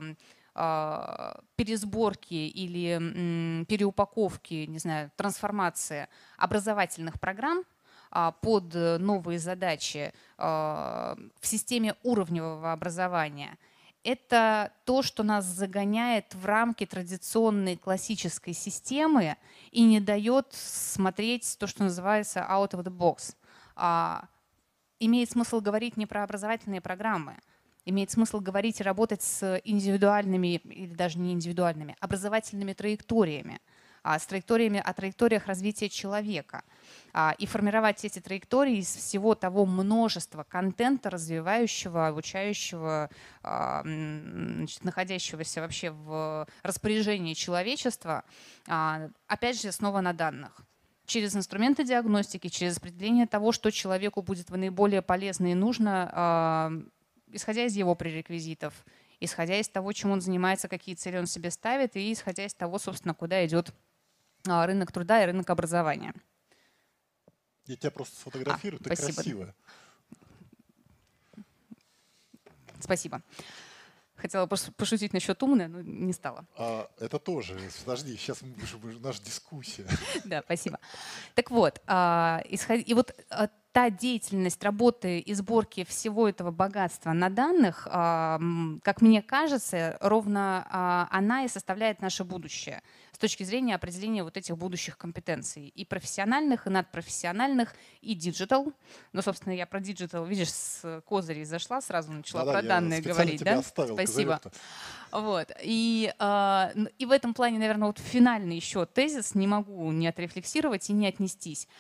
пересборки или переупаковки, не знаю, трансформации образовательных программ под новые задачи в системе уровневого образования. Это то, что нас загоняет в рамки традиционной классической системы и не дает смотреть то, что называется out of the box. Имеет смысл говорить не про образовательные программы, имеет смысл говорить и работать с индивидуальными или даже не индивидуальными образовательными траекториями, о траекториях развития человека. И формировать эти траектории из всего того множества контента, развивающего, обучающего, находящегося вообще в распоряжении человечества, опять же, снова на данных. Через инструменты диагностики, через определение того, что человеку будет наиболее полезно и нужно, исходя из его пререквизитов, исходя из того, чем он занимается, какие цели он себе ставит, и исходя из того, собственно, куда идет рынок труда и рынок образования. Я тебя просто сфотографирую, ты спасибо. красивая. Спасибо. Хотела пошутить насчет умной, но не стала. Это тоже. Подожди, сейчас наша дискуссия. Да, спасибо. Так вот, и вот та деятельность работы и сборки всего этого богатства на данных, как мне кажется, ровно она и составляет наше будущее с точки зрения определения вот этих будущих компетенций. И профессиональных, и надпрофессиональных, и диджитал. Ну, собственно, я про диджитал, видишь, с козырей зашла, сразу начала про данные говорить. Да? Спасибо. Вот. И в этом плане, наверное, вот финальный еще тезис не могу не отрефлексировать и не отнестись.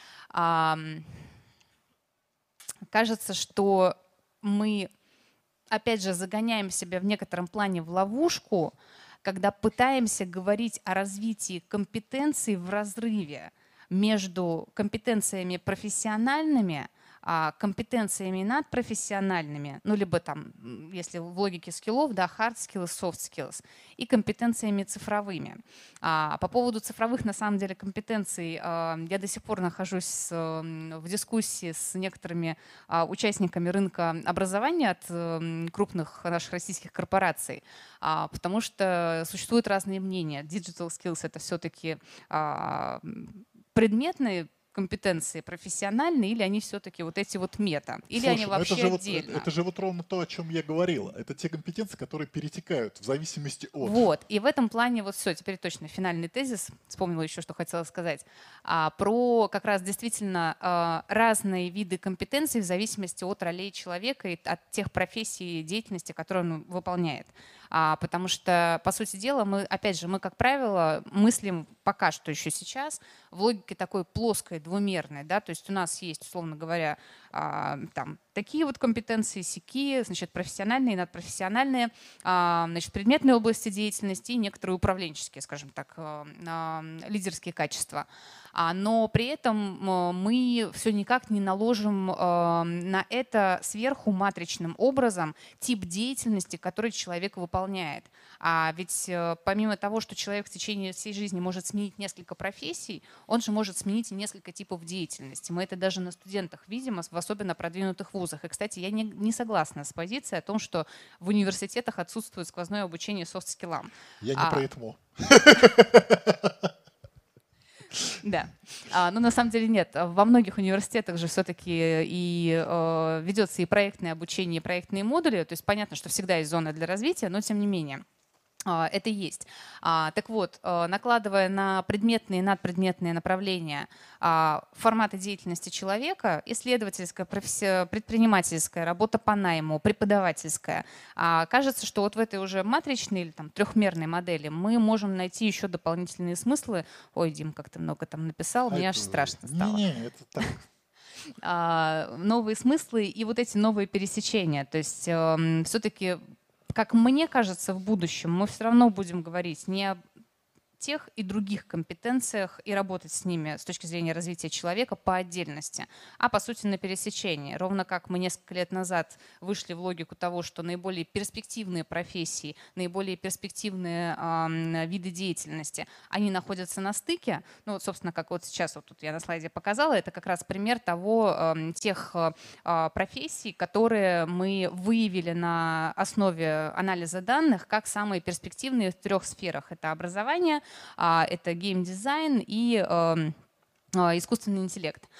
Кажется, что мы, опять же, загоняем себя в некотором плане в ловушку, когда пытаемся говорить о развитии компетенций в разрыве между компетенциями профессиональными компетенциями надпрофессиональными, ну, либо там, если в логике скиллов, да, hard skills, soft skills, и компетенциями цифровыми. По поводу цифровых, на самом деле, компетенций я до сих пор нахожусь в дискуссии с некоторыми участниками рынка образования от крупных наших российских корпораций, потому что существуют разные мнения. Digital skills — это все-таки предметные компетенции профессиональные, или они все-таки вот эти вот мета, или Слушай, они вообще это же отдельно? это же вот ровно то, о чем я говорил. Это те компетенции, которые перетекают в зависимости от. Вот, и в этом плане вот все, теперь точно финальный тезис, вспомнила еще, что хотела сказать, про как раз действительно разные виды компетенций в зависимости от ролей человека и от тех профессий и деятельности, которые он выполняет. Потому что, по сути дела, мы, опять же, мы, как правило, мыслим пока что еще сейчас в логике такой плоской, двумерной. Да? То есть у нас есть, условно говоря, там, такие вот компетенции, сякие, значит, профессиональные, надпрофессиональные, значит, предметные области деятельности и некоторые управленческие, скажем так, лидерские качества. Но при этом мы все никак не наложим на это сверху матричным образом тип деятельности, который человек выполняет. Ведь помимо того, что человек в течение всей жизни может сменить несколько профессий, он же может сменить и несколько типов деятельности. Мы это даже на студентах видим, в особенно продвинутых вузах. И, кстати, я не согласна с позицией о том, что в университетах отсутствует сквозное обучение софт-скиллам. Я не про ЭТМО. Да, но на самом деле нет. Во многих университетах же все-таки и ведется и проектное обучение, и проектные модули. То есть понятно, что всегда есть зона для развития, но тем не менее. Это есть. Так вот, накладывая на предметные и надпредметные направления форматы деятельности человека, исследовательская, предпринимательская, работа по найму, преподавательская, кажется, что вот в этой уже матричной или там трехмерной модели мы можем найти еще дополнительные смыслы. Ой, Дим, как ты много там написал, мне аж страшно стало. Не, это так. Новые смыслы и вот эти новые пересечения. То есть все-таки, как мне кажется, в будущем мы все равно будем говорить не о тех и других компетенциях и работать с ними с точки зрения развития человека по отдельности, а по сути на пересечении. Ровно как мы несколько лет назад вышли в логику того, что наиболее перспективные профессии, наиболее перспективные виды деятельности, они находятся на стыке. Ну вот, собственно, как вот сейчас вот тут я на слайде показала, это как раз пример того, тех профессий, которые мы выявили на основе анализа данных как самые перспективные в 3 сферах. Это образование, это геймдизайн и искусственный интеллект.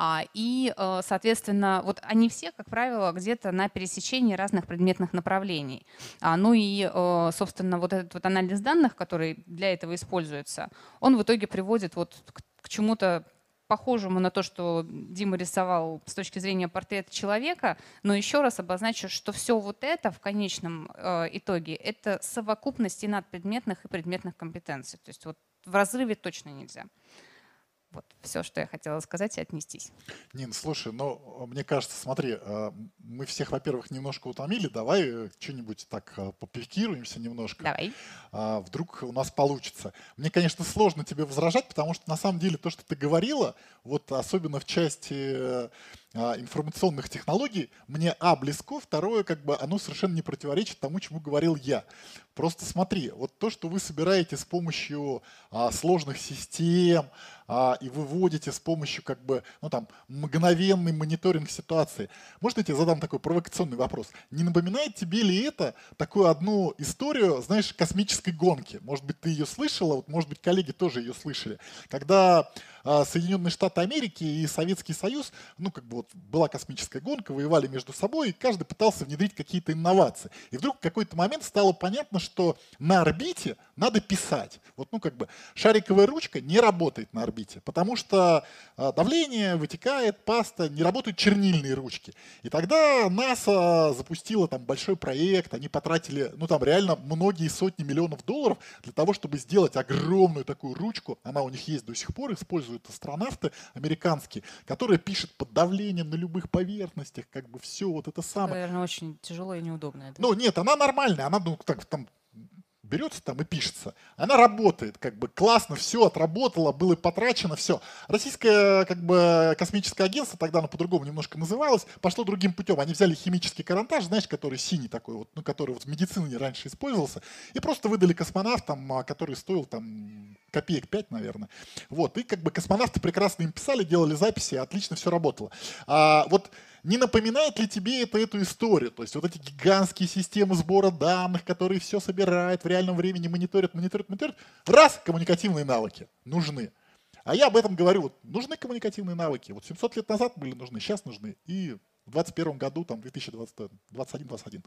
И, соответственно, вот они все, как правило, где-то на пересечении разных предметных направлений. Ну и, собственно, вот этот вот анализ данных, который для этого используется, он в итоге приводит вот к чему-то похожему на то, что Дима рисовал с точки зрения портрета человека, но еще раз обозначу, что все вот это в конечном итоге — это совокупность и надпредметных, и предметных компетенций. То есть вот в разрыве точно нельзя. Вот все, что я хотела сказать и отнестись. Нин, слушай, ну, мне кажется, смотри, мы всех, во-первых, немножко утомили. Давай что-нибудь так попикируемся немножко. Давай. Вдруг у нас получится. Мне, конечно, сложно тебе возражать, потому что на самом деле то, что ты говорила, вот особенно в части информационных технологий, мне близко, второе, как бы оно совершенно не противоречит тому, чему говорил я. Просто смотри, вот то, что вы собираете с помощью сложных систем и выводите с помощью как бы, ну, там, мгновенный мониторинг ситуации. Может, я тебе задам такой провокационный вопрос? Не напоминает тебе ли это такую одну историю, знаешь, космической гонки? Может быть, ты ее слышала, вот, может быть, коллеги тоже ее слышали. Когда Соединенные Штаты Америки и Советский Союз, ну, как бы вот была космическая гонка, воевали между собой, и каждый пытался внедрить какие-то инновации. И вдруг в какой-то момент стало понятно, что на орбите надо писать. Вот, ну, как бы шариковая ручка не работает на орбите, потому что давление вытекает, паста, не работают чернильные ручки. И тогда НАСА запустила там большой проект, они потратили, ну, там реально многие сотни миллионов долларов для того, чтобы сделать огромную такую ручку, она у них есть до сих пор, используют астронавты американские, которые пишут под давлением на любых поверхностях, как бы все вот это самое. Наверное, очень тяжело и неудобно. Да? Ну, нет, она нормальная, она, ну, так, там, берется там и пишется. Она работает, как бы классно, все отработало, было потрачено, все. Российское как бы космическое агентство, тогда оно по-другому немножко называлось, пошло другим путем. Они взяли химический карандаш, знаешь, который синий такой, вот, ну, который вот в медицине раньше использовался, и просто выдали космонавтам, который стоил там копеек 5, наверное. Вот, и как бы космонавты прекрасно им писали, делали записи, отлично все работало. Вот не напоминает ли тебе это эту историю? То есть вот эти гигантские системы сбора данных, которые все собирают, в реальном времени мониторят, раз, коммуникативные навыки нужны. А я об этом говорю, вот нужны коммуникативные навыки. Вот 700 лет назад были нужны, сейчас нужны. И в 2021 году, там, 2021.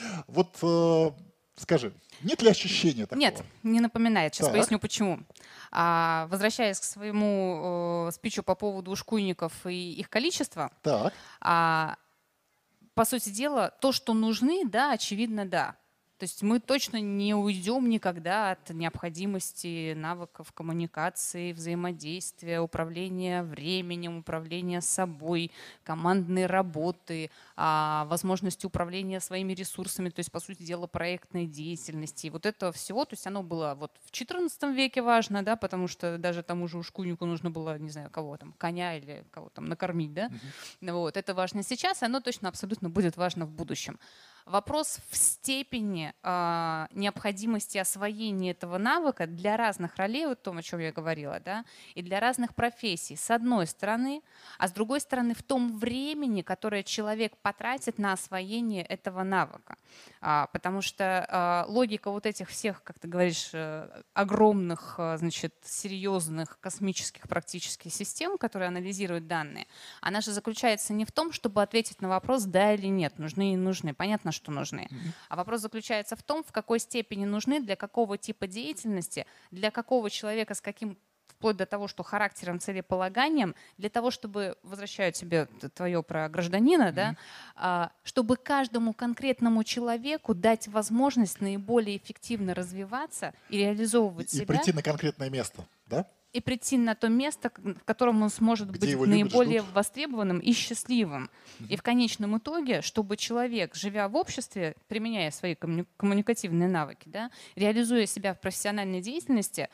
Вот скажи, нет ли ощущения такого? Нет, не напоминает. Сейчас Так. поясню, почему. Возвращаясь к своему спичу по поводу ушкуйников и их количества, Так. по сути дела, то, что нужны, да, очевидно, да. То есть мы точно не уйдем никогда от необходимости навыков коммуникации, взаимодействия, управления временем, управления собой, командной работы, возможности управления своими ресурсами, то есть, по сути дела, проектной деятельности. И вот это всего, то есть оно было вот в XIV веке важно, да, потому что даже тому же ушкуйнику нужно было, не знаю, кого там, коня или кого там накормить, да. Вот, это важно сейчас, и оно точно абсолютно будет важно в будущем. Вопрос в степени необходимости освоения этого навыка для разных ролей, вот то, о чем я говорила, да, и для разных профессий, с одной стороны, а с другой стороны в том времени, которое человек потратит на освоение этого навыка. Потому что логика вот этих всех, как ты говоришь, огромных, значит, серьезных космических практически систем, которые анализируют данные, она же заключается не в том, чтобы ответить на вопрос «да» или «нет», нужны и не нужны. Понятно, что нужны. А вопрос заключается в том, в какой степени нужны, для какого типа деятельности, для какого человека, с каким, вплоть до того, что характером, целеполаганием, для того, чтобы, возвращаю тебе твое про гражданина, да, чтобы каждому конкретному человеку дать возможность наиболее эффективно развиваться и реализовывать себя. И прийти на конкретное место, да? И прийти на то место, в котором он сможет быть наиболее востребованным и счастливым. И в конечном итоге, чтобы человек, живя в обществе, применяя свои коммуникативные навыки, да, реализуя себя в профессиональной деятельности,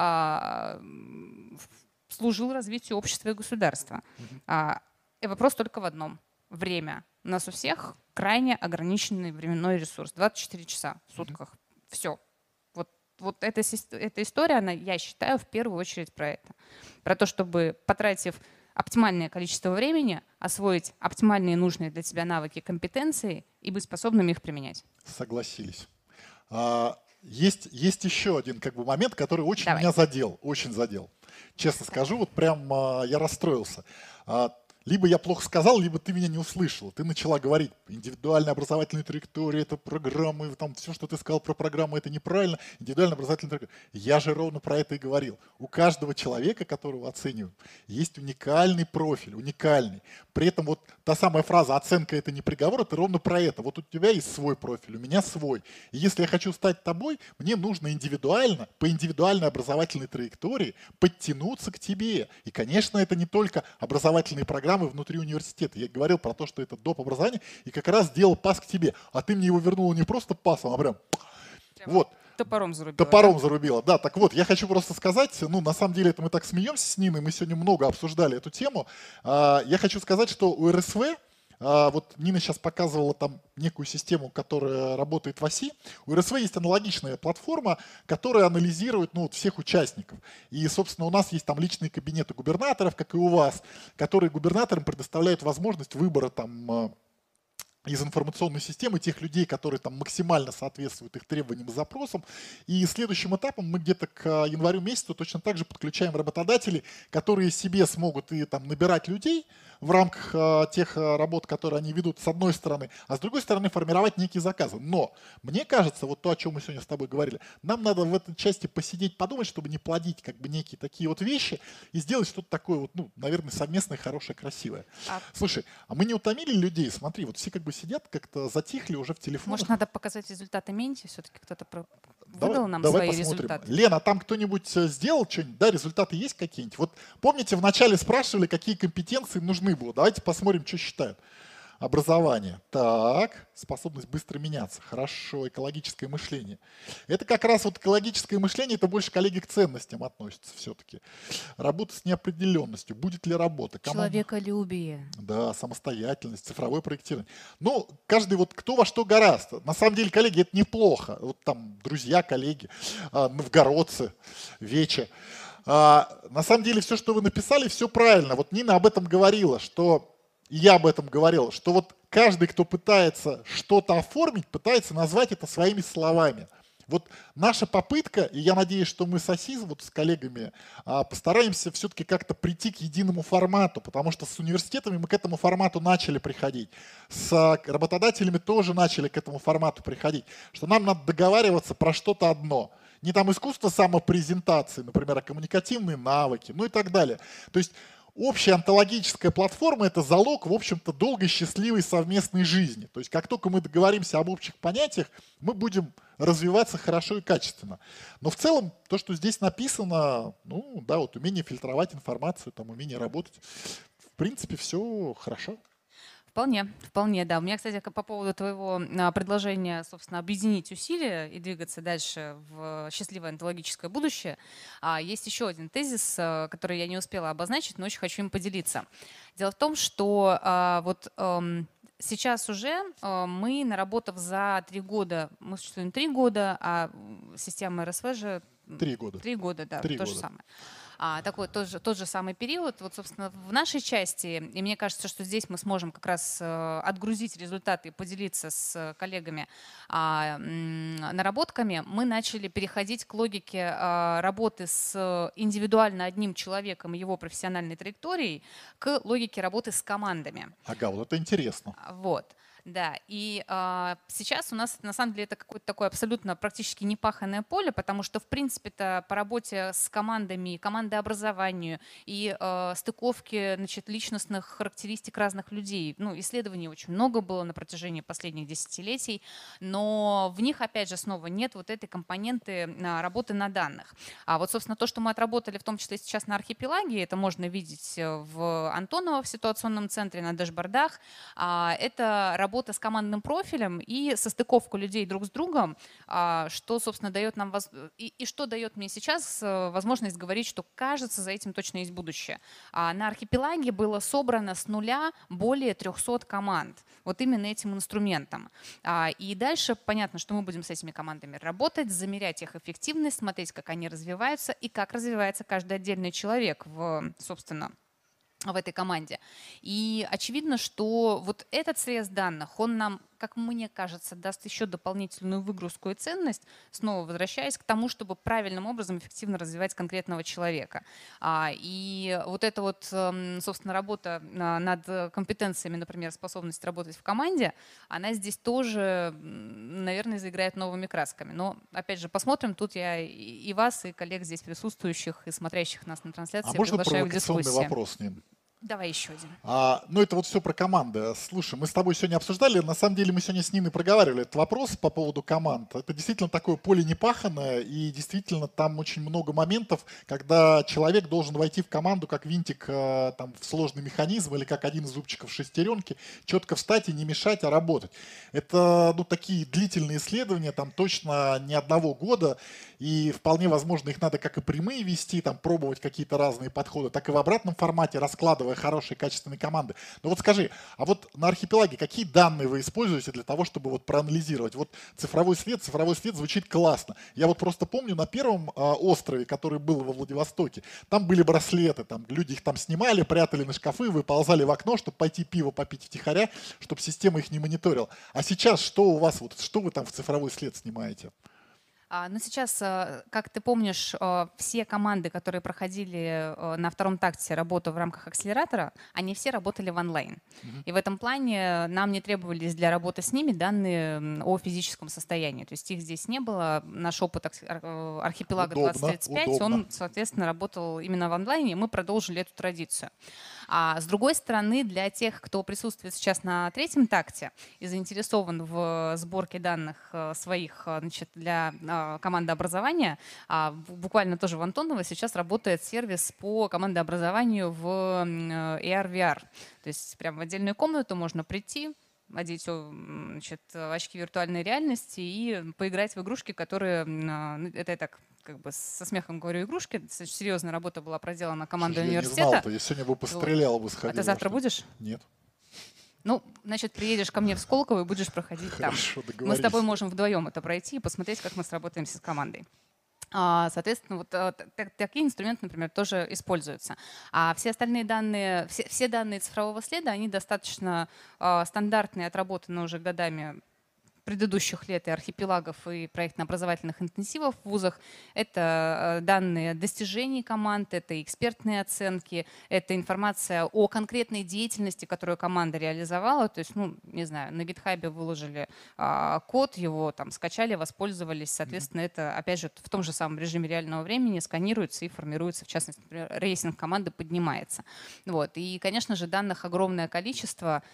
служил развитию общества и государства. И вопрос только в одном. Время. У нас у всех крайне ограниченный временной ресурс. 24 часа в сутках. Все. Вот эта история, она, я считаю, в первую очередь про это. Про то, чтобы, потратив оптимальное количество времени, освоить оптимальные нужные для тебя навыки, компетенции и быть способным их применять. Согласились. Есть еще один как бы момент, который очень Давай. меня задел, очень задел. Честно скажу, вот прям я расстроился. Либо я плохо сказал, либо ты меня не услышала. Ты начала говорить, индивидуальная образовательная траектория, это программы, там все, что ты сказал про программу, это неправильно. Индивидуальная образовательная траектория. Я же ровно про это и говорил. У каждого человека, которого оценивают, есть уникальный профиль, уникальный. При этом вот та самая фраза «оценка – это не приговор» – это ровно про это. Вот у тебя есть свой профиль, у меня свой. И если я хочу стать тобой, мне нужно индивидуально, по индивидуальной образовательной траектории подтянуться к тебе. И, конечно, это не только образовательные программы внутри университета. Я говорил про то, что это доп. Образование, и как раз сделал пас к тебе. А ты мне его вернула не просто пасом, а прям вот. Топором зарубила. Топором зарубила, да. Так вот, я хочу просто сказать, ну, на самом деле, это мы так смеемся с Ниной, мы сегодня много обсуждали эту тему. Я хочу сказать, что у РСВ, вот Нина сейчас показывала там некую систему, которая работает в оси. У РСВ есть аналогичная платформа, которая анализирует, ну, вот всех участников. И, собственно, у нас есть там личные кабинеты губернаторов, как и у вас, которые губернаторам предоставляют возможность выбора там из информационной системы тех людей, которые там максимально соответствуют их требованиям и запросам. И следующим этапом мы где-то к январю месяцу точно так же подключаем работодателей, которые себе смогут и там набирать людей в рамках тех работ, которые они ведут, с одной стороны, а с другой стороны формировать некие заказы. Но мне кажется, вот то, о чем мы сегодня с тобой говорили, нам надо в этой части посидеть, подумать, чтобы не плодить как бы некие такие вот вещи и сделать что-то такое вот, ну, наверное, совместное, хорошее, красивое. Слушай, а мы не утомили людей? Смотри, вот все как бы сидят, как-то затихли уже в телефонах. Может, надо показать результаты Менти? Все-таки кто-то выдал нам давай свои посмотрим. результаты. Лена, а там кто-нибудь сделал что-нибудь? Да, результаты есть какие-нибудь? Вот помните, вначале спрашивали, какие компетенции нужны будут. Давайте посмотрим, что считают. Образование. Так, способность быстро меняться. Хорошо, экологическое мышление. Это как раз вот экологическое мышление, это больше, коллеги, к ценностям относится все-таки. Работа с неопределенностью. Будет ли работа? Человеколюбие. Да, самостоятельность, цифровое проектирование. Ну, каждый вот кто во что гораздо. На самом деле, коллеги, это неплохо. Вот там друзья, коллеги, новгородцы, Веча. На самом деле, все, что вы написали, все правильно. Вот Нина об этом говорила, что и я об этом говорил, что вот каждый, кто пытается что-то оформить, пытается назвать это своими словами. Вот наша попытка, и я надеюсь, что мы с АСИЗ, вот с коллегами, постараемся все-таки как-то прийти к единому формату, потому что с университетами мы к этому формату начали приходить, с работодателями тоже начали к этому формату приходить, что нам надо договариваться про что-то одно. Не там искусство самопрезентации, например, а коммуникативные навыки, ну и так далее. То есть общая онтологическая платформа – это залог, в общем-то, долгой, счастливой совместной жизни. То есть как только мы договоримся об общих понятиях, мы будем развиваться хорошо и качественно. Но в целом то, что здесь написано, ну да, вот умение фильтровать информацию, там, умение работать, в принципе, все хорошо. Вполне, да. У меня, кстати, по поводу твоего предложения, собственно, объединить усилия и двигаться дальше в счастливое онтологическое будущее, есть еще один тезис, который я не успела обозначить, но очень хочу им поделиться. Дело в том, что сейчас уже мы, наработав за 3 года, мы существуем 3 года, а система РСВ же 3 года. 3 года, да, 3 то же года. самое. Такой тот же самый период. Вот, собственно, в нашей части, и мне кажется, что здесь мы сможем как раз отгрузить результаты и поделиться с коллегами наработками, мы начали переходить к логике работы с индивидуально одним человеком и его профессиональной траекторией к логике работы с командами. Ага, вот это интересно. Вот. Да, и сейчас у нас на самом деле это какое-то такое абсолютно практически непаханное поле, потому что в принципе-то по работе с командами, командообразованию и стыковке, значит, личностных характеристик разных людей, ну, исследований очень много было на протяжении последних десятилетий, но в них, опять же, снова нет вот этой компоненты работы на данных. А вот, собственно, то, что мы отработали, в том числе сейчас на архипелаге, это можно видеть в Антоново в ситуационном центре на дэшбордах, это работа с командным профилем и состыковку людей друг с другом, что, собственно, дает нам и что дает мне сейчас возможность говорить, что кажется, за этим точно есть будущее. На архипелаге было собрано с нуля более 300 команд. Вот именно этим инструментом. И дальше понятно, что мы будем с этими командами работать, замерять их эффективность, смотреть, как они развиваются и как развивается каждый отдельный человек собственно, в этой команде. И очевидно, что вот этот срез данных, он нам, как мне кажется, даст еще дополнительную выгрузку и ценность, снова возвращаясь к тому, чтобы правильным образом эффективно развивать конкретного человека. И вот эта вот, собственно, работа над компетенциями, например, способность работать в команде, она здесь тоже, наверное, заиграет новыми красками. Но, опять же, посмотрим. Тут я и вас, и коллег здесь присутствующих, и смотрящих нас на трансляции приглашаю к дискуссии. Можно провокационный вопрос, Нин? Давай еще один. Ну, это вот все про команды. Слушай, мы с тобой сегодня обсуждали, на самом деле мы сегодня с Ниной проговаривали этот вопрос по поводу команд. Это действительно такое поле непаханное, и действительно там очень много моментов, когда человек должен войти в команду как винтик там, в сложный механизм или как один из зубчиков шестеренки, четко встать и не мешать, а работать. Это такие длительные исследования, там точно не 1 года, и вполне возможно их надо как и прямые вести, там пробовать какие-то разные подходы, так и в обратном формате, раскладывая хорошие, качественные команды. Но вот скажи, а вот на архипелаге какие данные вы используете для того, чтобы вот проанализировать? Вот цифровой след звучит классно. Я вот просто помню на первом острове, который был во Владивостоке, там были браслеты, там люди их там снимали, прятали на шкафы, выползали в окно, чтобы пойти пиво попить втихаря, чтобы система их не мониторила. А сейчас что у вас, вот, что вы там в цифровой след снимаете? Ну, сейчас, как ты помнишь, все команды, которые проходили на 2-м такте работу в рамках акселератора, они все работали в онлайн. И в этом плане нам не требовались для работы с ними данные о физическом состоянии. То есть их здесь не было. Наш опыт архипелага 2035, он, соответственно, работал именно в онлайне, и мы продолжили эту традицию. А с другой стороны, для тех, кто присутствует сейчас на третьем такте и заинтересован в сборке данных своих, значит, для команды образования, буквально тоже в Антоново сейчас работает сервис по командообразованию в AR/VR. То есть прямо в отдельную комнату можно прийти, одеть, значит, очки виртуальной реальности и поиграть в игрушки, которые, это я так как бы со смехом говорю, игрушки. Серьезная работа была проделана командой университета. Я не знал, то я сегодня бы пострелял, бы сходил. А ты завтра будешь? Нет. Ну, значит, приедешь ко мне в Сколково и будешь проходить Хорошо, там. Мы с тобой можем вдвоем это пройти и посмотреть, как мы сработаемся с командой. Соответственно, вот такие инструменты, например, тоже используются. А все остальные данные, все данные цифрового следа, они достаточно стандартные, отработаны уже годами предыдущих лет и архипелагов, и проектно-образовательных интенсивов в вузах. Это данные достижений команд, это экспертные оценки, это информация о конкретной деятельности, которую команда реализовала. То есть, ну, не знаю, на GitHub выложили код, его там скачали, воспользовались. Соответственно, это, опять же, в том же самом режиме реального времени сканируется и формируется, в частности, например, рейтинг команды поднимается. Вот. И, конечно же, данных огромное количество.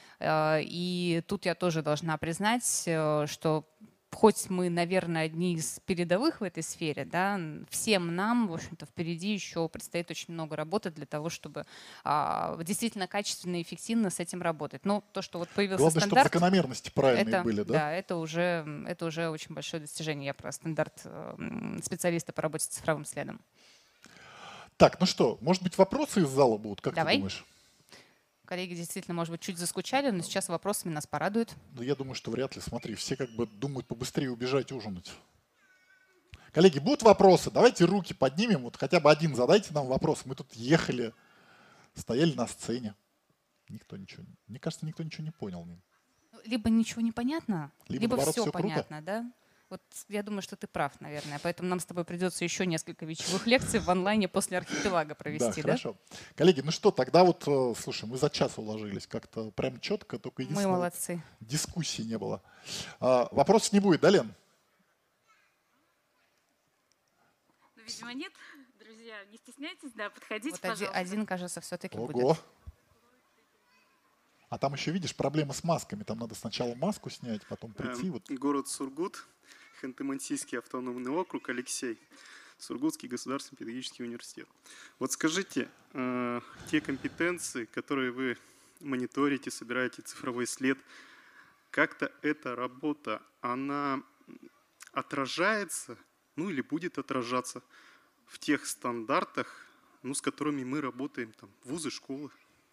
И тут я тоже должна признать, что хоть мы, наверное, одни из передовых в этой сфере, да, всем нам, в общем-то, впереди еще предстоит очень много работы для того, чтобы действительно качественно и эффективно с этим работать. Но то, что вот появился главное, стандарт… чтобы закономерности правильные были, да? Да, это уже очень большое достижение. Я про стандарт специалиста по работе с цифровым следом. Так, ну что, может быть, вопросы из зала будут? Как Давай. ты думаешь? Коллеги действительно, может быть, чуть заскучали, но сейчас вопросами нас порадуют. Ну, я думаю, что вряд ли. Смотри, все как бы думают побыстрее убежать ужинать. Коллеги, будут вопросы? Давайте руки поднимем. Вот хотя бы один задайте нам вопрос. Мы тут ехали, стояли на сцене. Никто ничего… Мне кажется, никто ничего не понял. Либо ничего не понятно, либо наоборот, все круто. понятно, да? Вот я думаю, что ты прав, наверное. Поэтому нам с тобой придется еще несколько вечевых лекций в онлайне после архипелага провести, да? Хорошо. Коллеги, ну что, тогда вот, слушай, мы за час уложились. Как-то прям четко, только единственное… Мы молодцы. Дискуссии не было. Вопросов не будет, да, Лен? Ну, видимо, нет. Друзья, не стесняйтесь, да, подходите, Вот пожалуйста. один, кажется, все-таки Ого. будет. А там еще, видишь, проблема с масками. Там надо сначала маску снять, потом прийти. Вот. Город Сургут, Ханты-Мансийский автономный округ, Алексей, Сургутский государственный педагогический университет. Вот скажите, те компетенции, которые вы мониторите, собираете цифровой след, как-то эта работа, она отражается, ну или будет отражаться в тех стандартах, ну, с которыми мы работаем, там, вузы, школы?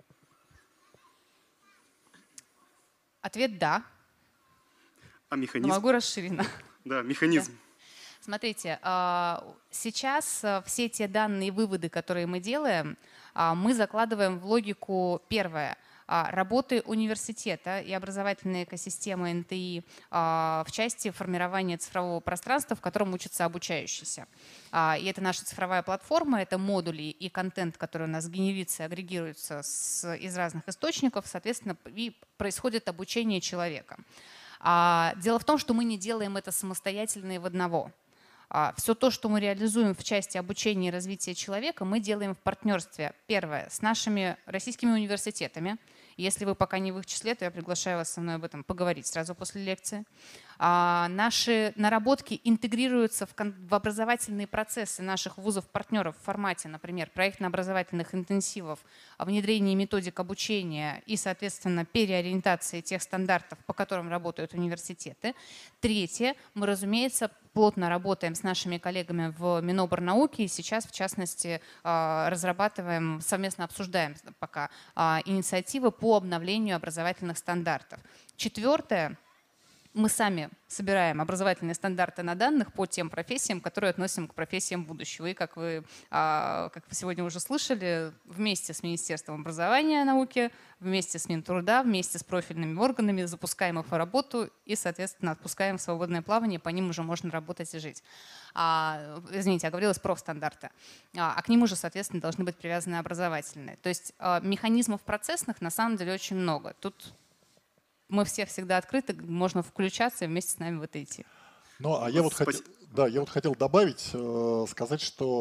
Ответ «да». А механизм? Но могу расширенно. Да, механизм. Да. Смотрите, сейчас все те данные и выводы, которые мы делаем, мы закладываем в логику первое – работы университета и образовательной экосистемы НТИ в части формирования цифрового пространства, в котором учатся обучающиеся. И это наша цифровая платформа, это модули и контент, который у нас генерится и агрегируется из разных источников, соответственно, и происходит обучение человека. Дело в том, что мы не делаем это самостоятельно и в одного. Все то, что мы реализуем в части обучения и развития человека, мы делаем в партнерстве, первое, с нашими российскими университетами. Если вы пока не в их числе, то я приглашаю вас со мной об этом поговорить сразу после лекции. Наши наработки интегрируются в образовательные процессы наших вузов-партнеров в формате, например, проектно-образовательных интенсивов, внедрения методик обучения и, соответственно, переориентации тех стандартов, по которым работают университеты. Третье, мы, разумеется, плотно работаем с нашими коллегами в Миноборнауки и сейчас, в частности, разрабатываем, совместно обсуждаем пока инициативы по обновлению образовательных стандартов. Четвертое. Мы сами собираем образовательные стандарты на данных по тем профессиям, которые относим к профессиям будущего. И как вы сегодня уже слышали, вместе с Министерством образования и науки, вместе с Минтруда, вместе с профильными органами запускаем их в работу и, соответственно, отпускаем в свободное плавание, по ним уже можно работать и жить. Извините, оговорилась профстандарты. А к ним уже, соответственно, должны быть привязаны образовательные. То есть механизмов процессных на самом деле очень много. Тут мы все всегда открыты, можно включаться и вместе с нами в это идти. Ну, а я вот хотел добавить, сказать, что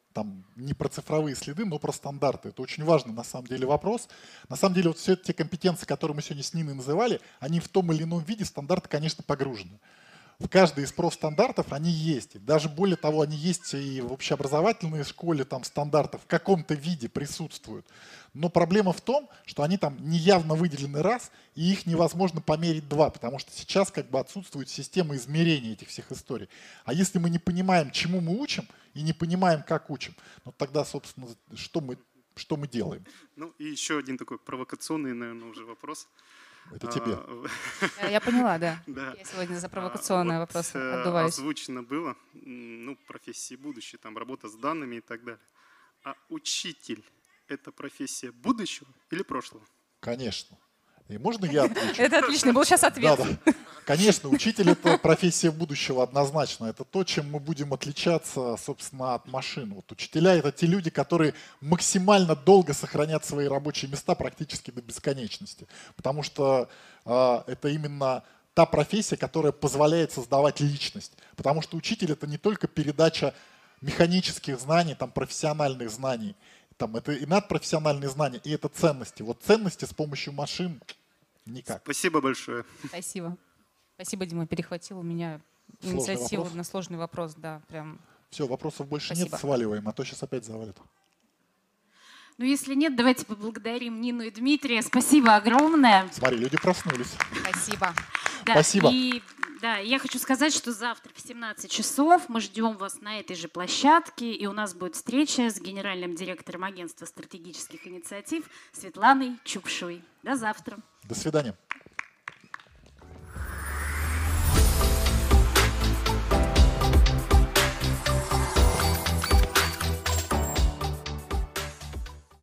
там не про цифровые следы, но про стандарты. Это очень важный на самом деле вопрос. На самом деле вот все те компетенции, которые мы сегодня с Ниной называли, они в том или ином виде стандарты, конечно, погружены. В каждой из профстандартов они есть. И даже более того, они есть и в общеобразовательной школе, там стандарты в каком-то виде присутствуют. Но проблема в том, что они там неявно выделены раз, и их невозможно померить два, потому что сейчас как бы отсутствует система измерения этих всех историй. А если мы не понимаем, чему мы учим, и не понимаем, как учим, ну тогда, собственно, что мы делаем? Ну и еще один такой провокационный, наверное, уже вопрос. Это тебе. Я поняла, да. Да. Я сегодня за провокационные Вот, вопросы отдуваюсь. Озвучено было, ну, профессии будущее, там, работа с данными и так далее. А учитель — это профессия будущего или прошлого? Конечно. И можно я отвечу? Это отличный был сейчас ответ. Да, да. Конечно, учитель — это профессия будущего однозначно. Это то, чем мы будем отличаться, собственно, от машин. Вот учителя — это те люди, которые максимально долго сохранят свои рабочие места практически до бесконечности. Потому что это именно та профессия, которая позволяет создавать личность. Потому что учитель — это не только передача механических знаний, там, профессиональных знаний. Там, это и надпрофессиональные знания, и это ценности. Вот ценности с помощью машин никак. Спасибо большое. Спасибо. Спасибо, Дима, перехватил у меня Сложный инициативу вопрос. на сложный вопрос. Да, прям. Все, вопросов больше Спасибо. нет, сваливаем, а то сейчас опять завалят. Ну, если нет, давайте поблагодарим Нину и Дмитрия. Спасибо огромное. Смотри, люди проснулись. Спасибо. Да, Спасибо. И да, я хочу сказать, что завтра в 17 часов мы ждем вас на этой же площадке, и у нас будет встреча с генеральным директором агентства стратегических инициатив Светланой Чукшевой. До завтра. До свидания.